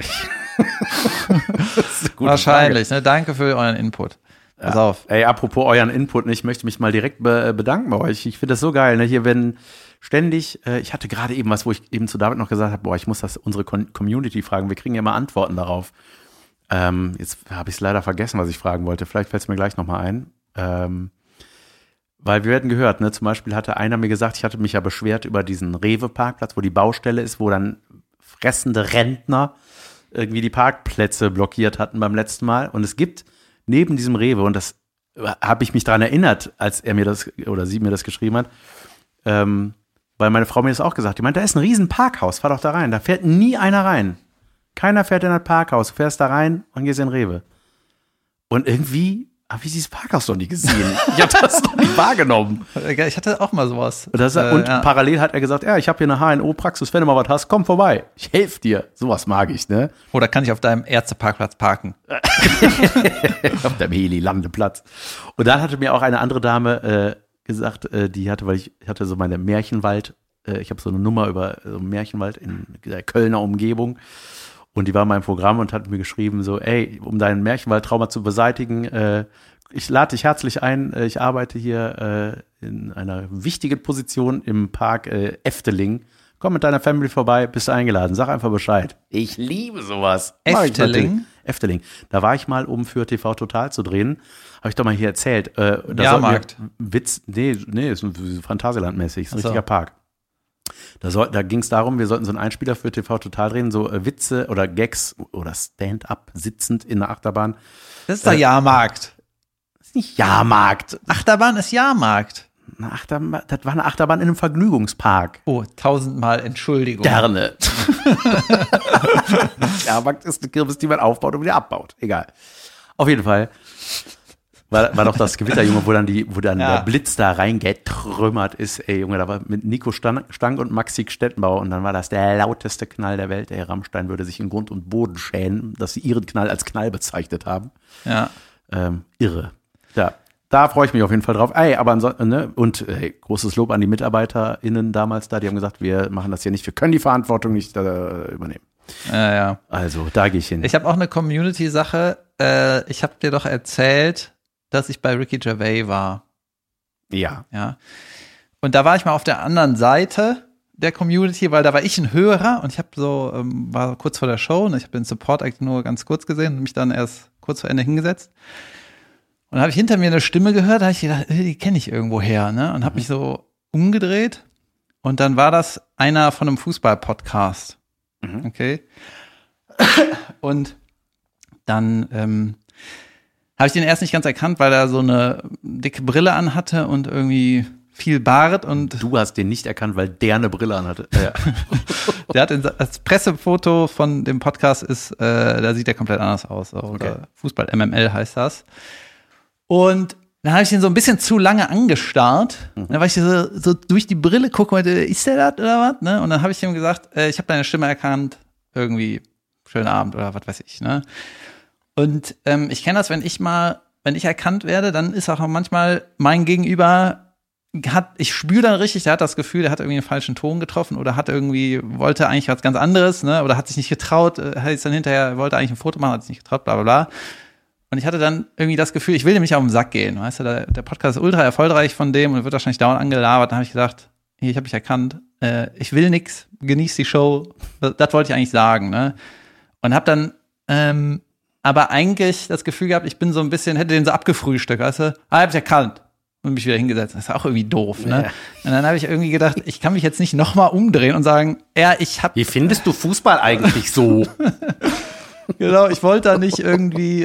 Wahrscheinlich, ne? Danke für euren Input. Pass auf. Ey, apropos euren Input, ich möchte mich mal direkt bedanken bei euch. Ich finde das so geil, ne? Hier werden ständig, ich hatte gerade eben was, wo ich eben zu David noch gesagt habe, ich muss das unsere Community fragen. Wir kriegen ja immer Antworten darauf. Jetzt habe ich es leider vergessen, was ich fragen wollte. Vielleicht fällt es mir gleich nochmal ein. Weil wir hatten gehört, ne? Zum Beispiel hatte einer mir gesagt, ich hatte mich ja beschwert über diesen Rewe-Parkplatz, wo die Baustelle ist, wo dann fressende Rentner irgendwie die Parkplätze blockiert hatten beim letzten Mal. Und es gibt neben diesem Rewe, und das habe ich mich daran erinnert, als er mir das oder sie mir das geschrieben hat, weil meine Frau mir das auch gesagt hat. Die meint, da ist ein riesen Parkhaus, fahr doch da rein. Da fährt nie einer rein. Keiner fährt in das Parkhaus. Du fährst da rein und gehst in den Rewe. Und irgendwie habe ich dieses Parkhaus noch nie gesehen. Ich habe das noch nie wahrgenommen. Ich hatte auch mal sowas. Und parallel hat er gesagt, ich habe hier eine HNO-Praxis, wenn du mal was hast, komm vorbei. Ich helfe dir. Sowas mag ich, ne? Oder kann ich auf deinem Ärzteparkplatz parken? Auf deinem Heli-Landeplatz. Und dann hatte mir auch eine andere Dame gesagt, die hatte, weil ich hatte so meine Märchenwald, ich habe so eine Nummer über so einen Märchenwald in der Kölner Umgebung. Und die war in meinem Programm und hat mir geschrieben, so, um deinen Märchenwald-Trauma zu beseitigen, ich lade dich herzlich ein, ich arbeite hier in einer wichtigen Position im Park Efteling. Komm mit deiner Family vorbei, bist du eingeladen, sag einfach Bescheid. Ich liebe sowas. Efteling? Efteling. Da war ich mal, um für TV Total zu drehen. Habe ich doch mal hier erzählt. Jahrmarkt. Ist Phantasialand-mäßig, ist ein richtiger Park. Da ging es darum, wir sollten so einen Einspieler für TV Total drehen, so Witze oder Gags oder Stand-up sitzend in der Achterbahn. Das ist der Jahrmarkt. Das ist nicht Jahrmarkt. Achterbahn ist Jahrmarkt. Das war eine Achterbahn in einem Vergnügungspark. Oh, 1000-mal Entschuldigung. Gerne. Jahrmarkt ist eine Kirmes, die man aufbaut und wieder abbaut. Egal. Auf jeden Fall. War doch das Gewitter, Junge, wo dann der Blitz da reingetrümmert ist. Ey, Junge, da war mit Nico Stank und Maxi Stettenbauer und dann war das der lauteste Knall der Welt. Ey, Rammstein würde sich in Grund und Boden schämen, dass sie ihren Knall als Knall bezeichnet haben. Ja. Irre. Ja, da freue ich mich auf jeden Fall drauf. Aber ansonsten, ne? Und großes Lob an die MitarbeiterInnen damals da, die haben gesagt, wir machen das hier nicht, wir können die Verantwortung nicht übernehmen. Ja. Also, da gehe ich hin. Ich habe auch eine Community-Sache. Ich habe dir doch erzählt, dass ich bei Ricky Gervais war. Ja. Und da war ich mal auf der anderen Seite der Community, weil da war ich ein Hörer und ich habe war kurz vor der Show und ich habe den Support eigentlich nur ganz kurz gesehen und mich dann erst kurz vor Ende hingesetzt. Und dann habe ich hinter mir eine Stimme gehört, da habe ich gedacht, die kenne ich irgendwo her, ne? Und habe mich so umgedreht und dann war das einer von einem Fußball-Podcast. Okay. Und dann habe ich den erst nicht ganz erkannt, weil er so eine dicke Brille anhatte und irgendwie viel Bart und. Du hast den nicht erkannt, weil der eine Brille anhatte. Ja. Der hat das Pressefoto von dem Podcast ist, da sieht er komplett anders aus. Oder Fußball MML heißt das. Und dann habe ich den so ein bisschen zu lange angestarrt. Dann war ich so durch die Brille gucken und meinte, ist der das oder was? Ne? Und dann habe ich ihm gesagt, ich habe deine Stimme erkannt, irgendwie schönen Abend oder was weiß ich. Ne? Und ich kenne das, wenn ich erkannt werde, dann ist auch manchmal mein Gegenüber ich spüre dann richtig, der hat das Gefühl, der hat irgendwie einen falschen Ton getroffen oder wollte eigentlich was ganz anderes, ne, oder hat sich nicht getraut, wollte eigentlich ein Foto machen, hat sich nicht getraut, bla, bla, bla. Und ich hatte dann irgendwie das Gefühl, ich will dem nicht auf den Sack gehen, weißt du, der Podcast ist ultra erfolgreich von dem und wird wahrscheinlich dauernd angelabert. Dann habe ich gedacht, ich habe mich erkannt, ich will nix, genieß die Show, das wollte ich eigentlich sagen, ne? Und habe dann aber eigentlich das Gefühl gehabt, ich bin so ein bisschen, hätte den so abgefrühstückt, weißt du? Hab ich erkannt und mich wieder hingesetzt. Das ist auch irgendwie doof, ne? Ja. Und dann habe ich irgendwie gedacht, ich kann mich jetzt nicht nochmal umdrehen und sagen, Wie findest du Fußball eigentlich so? Genau, ich wollte da nicht irgendwie,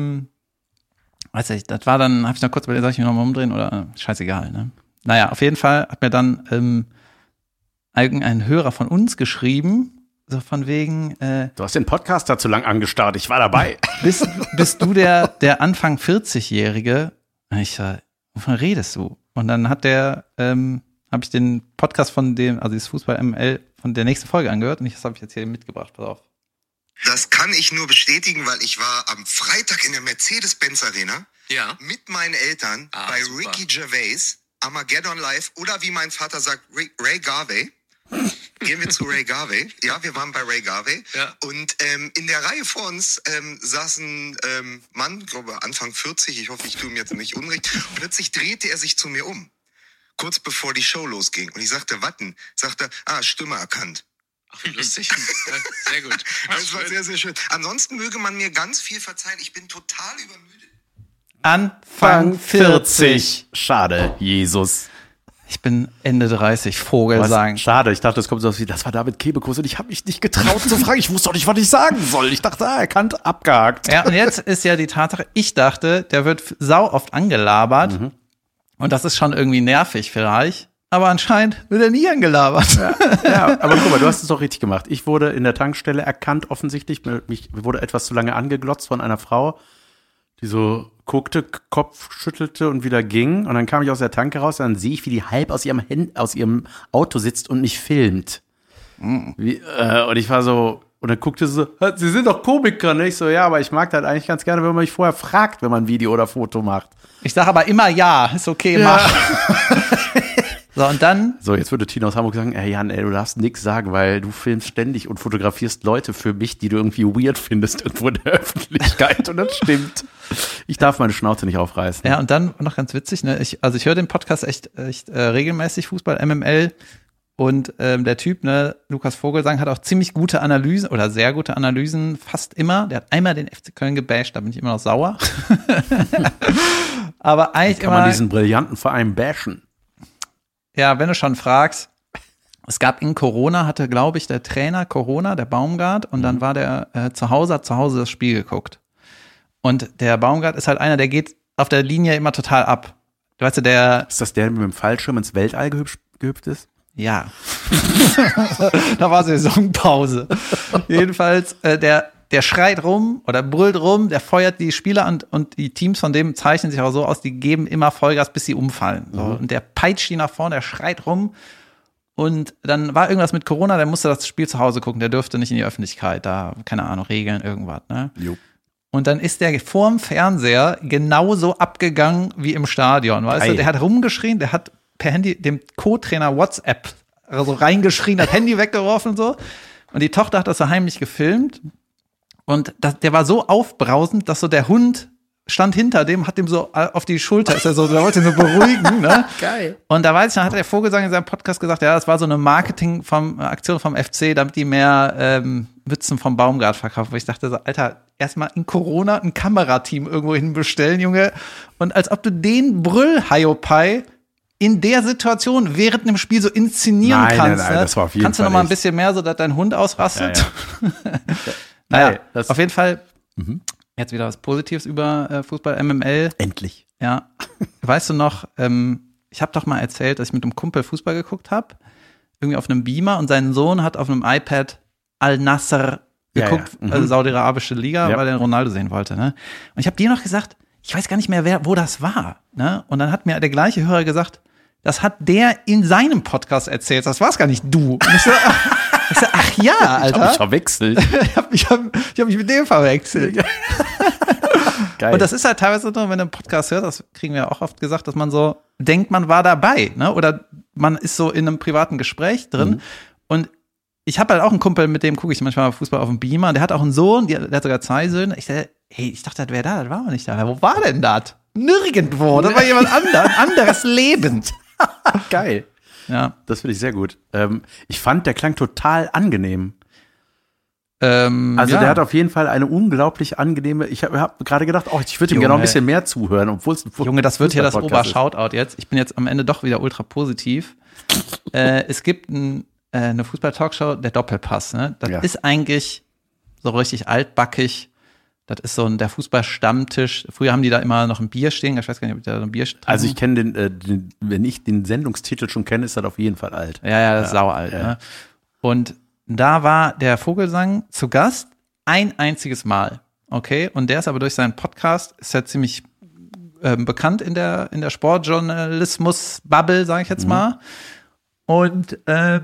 weiß ich, das war dann, habe ich noch kurz bei dir, soll ich mich nochmal umdrehen oder scheißegal, ne? Naja, auf jeden Fall hat mir dann irgendein Hörer von uns geschrieben, so von wegen du hast den Podcast da zu lang angestarrt, ich war dabei. Bist du der Anfang 40-Jährige? Ich sag, wovon redest du? Und dann habe ich den Podcast also dieses Fußball ML von der nächsten Folge angehört und das habe ich jetzt hier mitgebracht, pass auf. Das kann ich nur bestätigen, weil ich war am Freitag in der Mercedes-Benz Arena mit meinen Eltern bei super. Ricky Gervais, Armageddon Live oder wie mein Vater sagt, Ray Garvey. Gehen wir zu Ray Garvey. Ja, wir waren bei Ray Garvey. Ja. Und in der Reihe vor uns saß ein Mann, glaube Anfang 40, ich hoffe, ich tue ihm jetzt nicht unrecht. Und plötzlich drehte er sich zu mir um, kurz bevor die Show losging. Und ich sagte, Watten. Sagte, Stimme erkannt. Ach, wie lustig. Sehr gut. Das war sehr, sehr schön. Ansonsten möge man mir ganz viel verzeihen. Ich bin total übermüdet. Anfang 40. Schade, Jesus. Ich bin Ende 30, Vogelsang. Schade, ich dachte, es kommt so wie, das war David Kebekus und ich habe mich nicht getraut zu fragen. Ich wusste auch nicht, was ich sagen soll. Ich dachte, erkannt, abgehakt. Ja, und jetzt ist ja die Tatsache, ich dachte, der wird sau oft angelabert. Mhm. Und das ist schon irgendwie nervig vielleicht. Aber anscheinend wird er nie angelabert. Ja, aber guck mal, du hast es doch richtig gemacht. Ich wurde in der Tankstelle erkannt, offensichtlich. Mir wurde etwas zu lange angeglotzt von einer Frau, die so guckte, Kopf schüttelte und wieder ging. Und dann kam ich aus der Tanke raus und dann sehe ich, wie die halb aus ihrem Auto sitzt und mich filmt. Und ich war so, und dann guckte sie so, Sie sind doch Komiker, ne? Ich so, ja, aber ich mag das eigentlich ganz gerne, wenn man mich vorher fragt, wenn man ein Video oder Foto macht. Ich sage aber immer ja, ist okay, mach. So, und dann? So, jetzt würde Tina aus Hamburg sagen, Jan, du darfst nichts sagen, weil du filmst ständig und fotografierst Leute für mich, die du irgendwie weird findest irgendwo in der Öffentlichkeit. Und das stimmt. Ich darf meine Schnauze nicht aufreißen. Ja, und dann noch ganz witzig, ne? Ich höre den Podcast echt regelmäßig, Fußball, MML. Und der Typ, ne, Lukas Vogelsang, hat auch ziemlich gute Analysen oder sehr gute Analysen, fast immer. Der hat einmal den FC Köln gebasht, da bin ich immer noch sauer. Aber eigentlich kann man diesen brillanten Verein bashen? Ja, wenn du schon fragst, es gab in Corona, hatte, glaube ich, der Trainer Corona, der Baumgart, und dann war der hat zu Hause das Spiel geguckt. Und der Baumgart ist halt einer, der geht auf der Linie immer total ab. Du weißt, Ist das der mit dem Fallschirm ins Weltall gehüpft ist? Ja. Da war Saisonpause. Jedenfalls, der schreit rum oder brüllt rum, der feuert die Spieler und die Teams von dem zeichnen sich auch so aus, die geben immer Vollgas, bis sie umfallen. So. Und der peitscht die nach vorne, der schreit rum. Und dann war irgendwas mit Corona, der musste das Spiel zu Hause gucken, der durfte nicht in die Öffentlichkeit, da, keine Ahnung, Regeln, irgendwas, ne? Jo. Und dann ist der vorm Fernseher genauso abgegangen wie im Stadion, weißt du? Der hat rumgeschrien, der hat per Handy dem Co-Trainer WhatsApp so reingeschrien, hat Handy weggeworfen und so. Und die Tochter hat das so heimlich gefilmt. Und der war so aufbrausend, dass so der Hund stand hinter dem, hat dem so auf die Schulter, der wollte ihn so beruhigen, ne? Geil. Und da weiß ich, dann hat der Vogelsang in seinem Podcast gesagt, ja, das war so eine Aktion vom FC, damit die mehr Mützen vom Baumgart verkaufen. Wo ich dachte so, Alter, erstmal in Corona ein Kamerateam irgendwo hin bestellen, Junge. Und als ob du den Brüll-Hiopai in der Situation während einem Spiel so inszenieren kannst. Nein, das war auf jeden Fall. Kannst du noch mal ein bisschen mehr, so dass dein Hund ausrastet? Ja. Naja, auf jeden Fall jetzt wieder was Positives über Fußball MML. Endlich. Ja. Weißt du noch, ich habe doch mal erzählt, dass ich mit einem Kumpel Fußball geguckt habe, irgendwie auf einem Beamer und sein Sohn hat auf einem iPad Al-Nassr geguckt, also saudi-arabische Liga, weil er Ronaldo sehen wollte. Ne? Und ich habe dir noch gesagt, ich weiß gar nicht mehr, wo das war. Ne? Und dann hat mir der gleiche Hörer gesagt, das hat der in seinem Podcast erzählt, das war's gar nicht du. Und ich so, ach ja, Alter. Ich hab mich verwechselt. ich hab mich mit dem verwechselt. Geil. Und das ist halt teilweise so, wenn du einen Podcast hört, das kriegen wir auch oft gesagt, dass man so denkt, man war dabei, ne? Oder man ist so in einem privaten Gespräch drin. Und ich habe halt auch einen Kumpel, mit dem gucke ich manchmal Fußball auf dem Beamer. Und der hat auch einen Sohn, der hat sogar 2 Söhne. Ich dachte, das wäre da, das war aber nicht da. Wo war denn das? Nirgendwo. Das war jemand anderes, ein anderes Leben. Geil. Ja. Das finde ich sehr gut. Ich fand, der klang total angenehm. Der Der hat auf jeden Fall eine unglaublich angenehme, ich hab gerade gedacht, ich würde ihm gerne noch ein bisschen mehr zuhören, obwohl es Junge, das wird hier das Fußball-Podcast Ober-Shoutout jetzt. Ich bin jetzt am Ende doch wieder ultra positiv. Es gibt eine Fußball-Talkshow, der Doppelpass, ne? Das ist eigentlich so richtig altbackig. Das ist so der Fußball-Stammtisch. Früher haben die da immer noch ein Bier stehen. Ich weiß gar nicht, ob die da noch ein Bier stehen. Also ich kenne wenn ich den Sendungstitel schon kenne, ist das auf jeden Fall alt. Ja, das ist saualt. Ja. Ne? Und da war der Vogelsang zu Gast ein einziges Mal. Okay, und der ist aber durch seinen Podcast, ist ja ziemlich bekannt in der Sportjournalismus-Bubble, sage ich jetzt mal. Und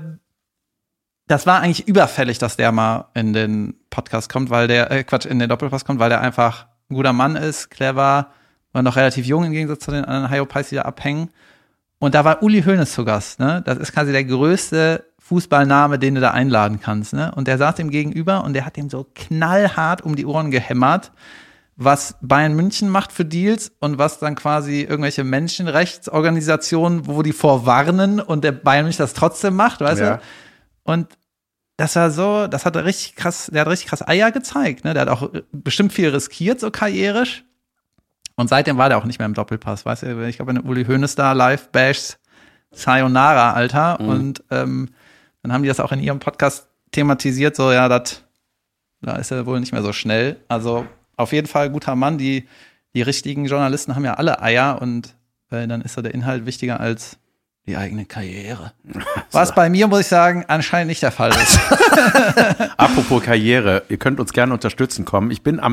das war eigentlich überfällig, dass der mal in den Podcast kommt, weil in den Doppelpass kommt, weil der einfach ein guter Mann ist, clever und noch relativ jung im Gegensatz zu den anderen Hyopies, die da abhängen. Und da war Uli Hoeneß zu Gast, ne? Das ist quasi der größte Fußballname, den du da einladen kannst, ne? Und der saß ihm gegenüber und der hat ihm so knallhart um die Ohren gehämmert, was Bayern München macht für Deals und was dann quasi irgendwelche Menschenrechtsorganisationen, wo die vorwarnen und der Bayern München das trotzdem macht, weißt du? Und das war so, der hat richtig krass Eier gezeigt, ne? Der hat auch bestimmt viel riskiert, so karrierisch. Und seitdem war der auch nicht mehr im Doppelpass, weißt du? Ich glaube, wenn Uli Hoeneß da live basht, Sayonara, Alter. Und dann haben die das auch in ihrem Podcast thematisiert, so, ja, da ist er wohl nicht mehr so schnell. Also auf jeden Fall guter Mann. Die richtigen Journalisten haben ja alle Eier und dann ist so der Inhalt wichtiger als die eigene Karriere. Was bei mir, muss ich sagen, anscheinend nicht der Fall ist. Apropos Karriere, ihr könnt uns gerne unterstützen kommen. Ich bin am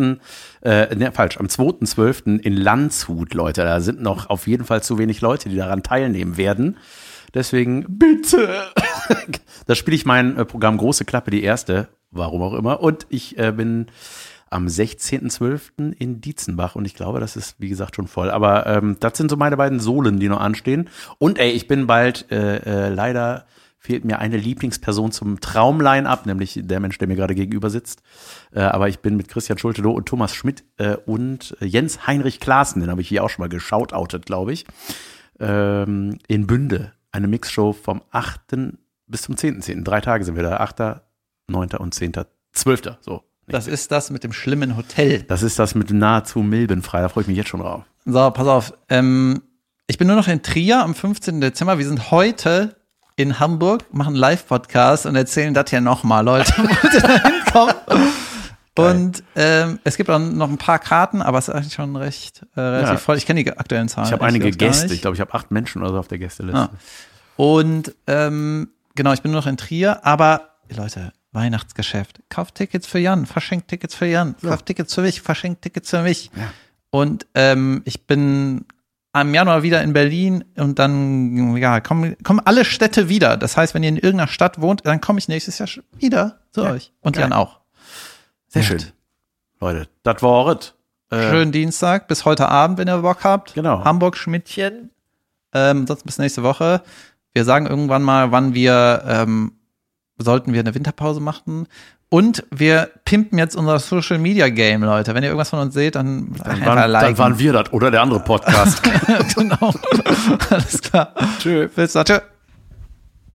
2.12. in Landshut, Leute. Da sind noch auf jeden Fall zu wenig Leute, die daran teilnehmen werden. Deswegen, bitte. Da spiele ich mein Programm Große Klappe, die erste, warum auch immer. Und ich bin am 16.12. in Dietzenbach und ich glaube, das ist, wie gesagt, schon voll. Aber das sind so meine beiden Sohlen, die noch anstehen. Und ich bin bald, leider fehlt mir eine Lieblingsperson zum Traum-Line-Up, nämlich der Mensch, der mir gerade gegenüber sitzt. Aber ich bin mit Christian Schulte-Loh und Thomas Schmidt und Jens Heinrich Klaassen, den habe ich hier auch schon mal geshoutoutet, glaube ich, in Bünde. Eine Mixshow vom 8. bis zum 10.10. 3 Tage sind wir da. 8., 9. und 10.12. So. Das ist das mit dem schlimmen Hotel. Das ist das mit nahezu milbenfrei. Da freue ich mich jetzt schon drauf. So, pass auf. Ich bin nur noch in Trier am 15. Dezember. Wir sind heute in Hamburg, machen einen Live-Podcast und erzählen das hier nochmal, Leute. Wollt ihr da hinkommen? Und es gibt auch noch ein paar Karten, aber es ist eigentlich schon relativ voll. Ich kenne die aktuellen Zahlen. Ich habe einige Gäste. Ich glaube, ich habe 8 Menschen oder so auf der Gästeliste. Ja. Und genau, ich bin nur noch in Trier. Aber, Leute, Weihnachtsgeschäft. Kauft Tickets für Jan, verschenkt Tickets für Jan. Ja. Kauft Tickets für mich, verschenkt Tickets für mich. Ja. Und ich bin im Januar wieder in Berlin und dann kommen alle Städte wieder. Das heißt, wenn ihr in irgendeiner Stadt wohnt, dann komme ich nächstes Jahr wieder zu euch. Und Jan auch. Sehr schön. Leute, das war es. Schönen Dienstag, bis heute Abend, wenn ihr Bock habt. Genau. Hamburg, Schmidtchen. Sonst bis nächste Woche. Wir sagen irgendwann mal, wann sollten wir eine Winterpause machen. Und wir pimpen jetzt unser Social Media Game, Leute. Wenn ihr irgendwas von uns seht, dann waren wir das oder der andere Podcast. Genau. Alles klar. Tschö. Bis dann. Tschö.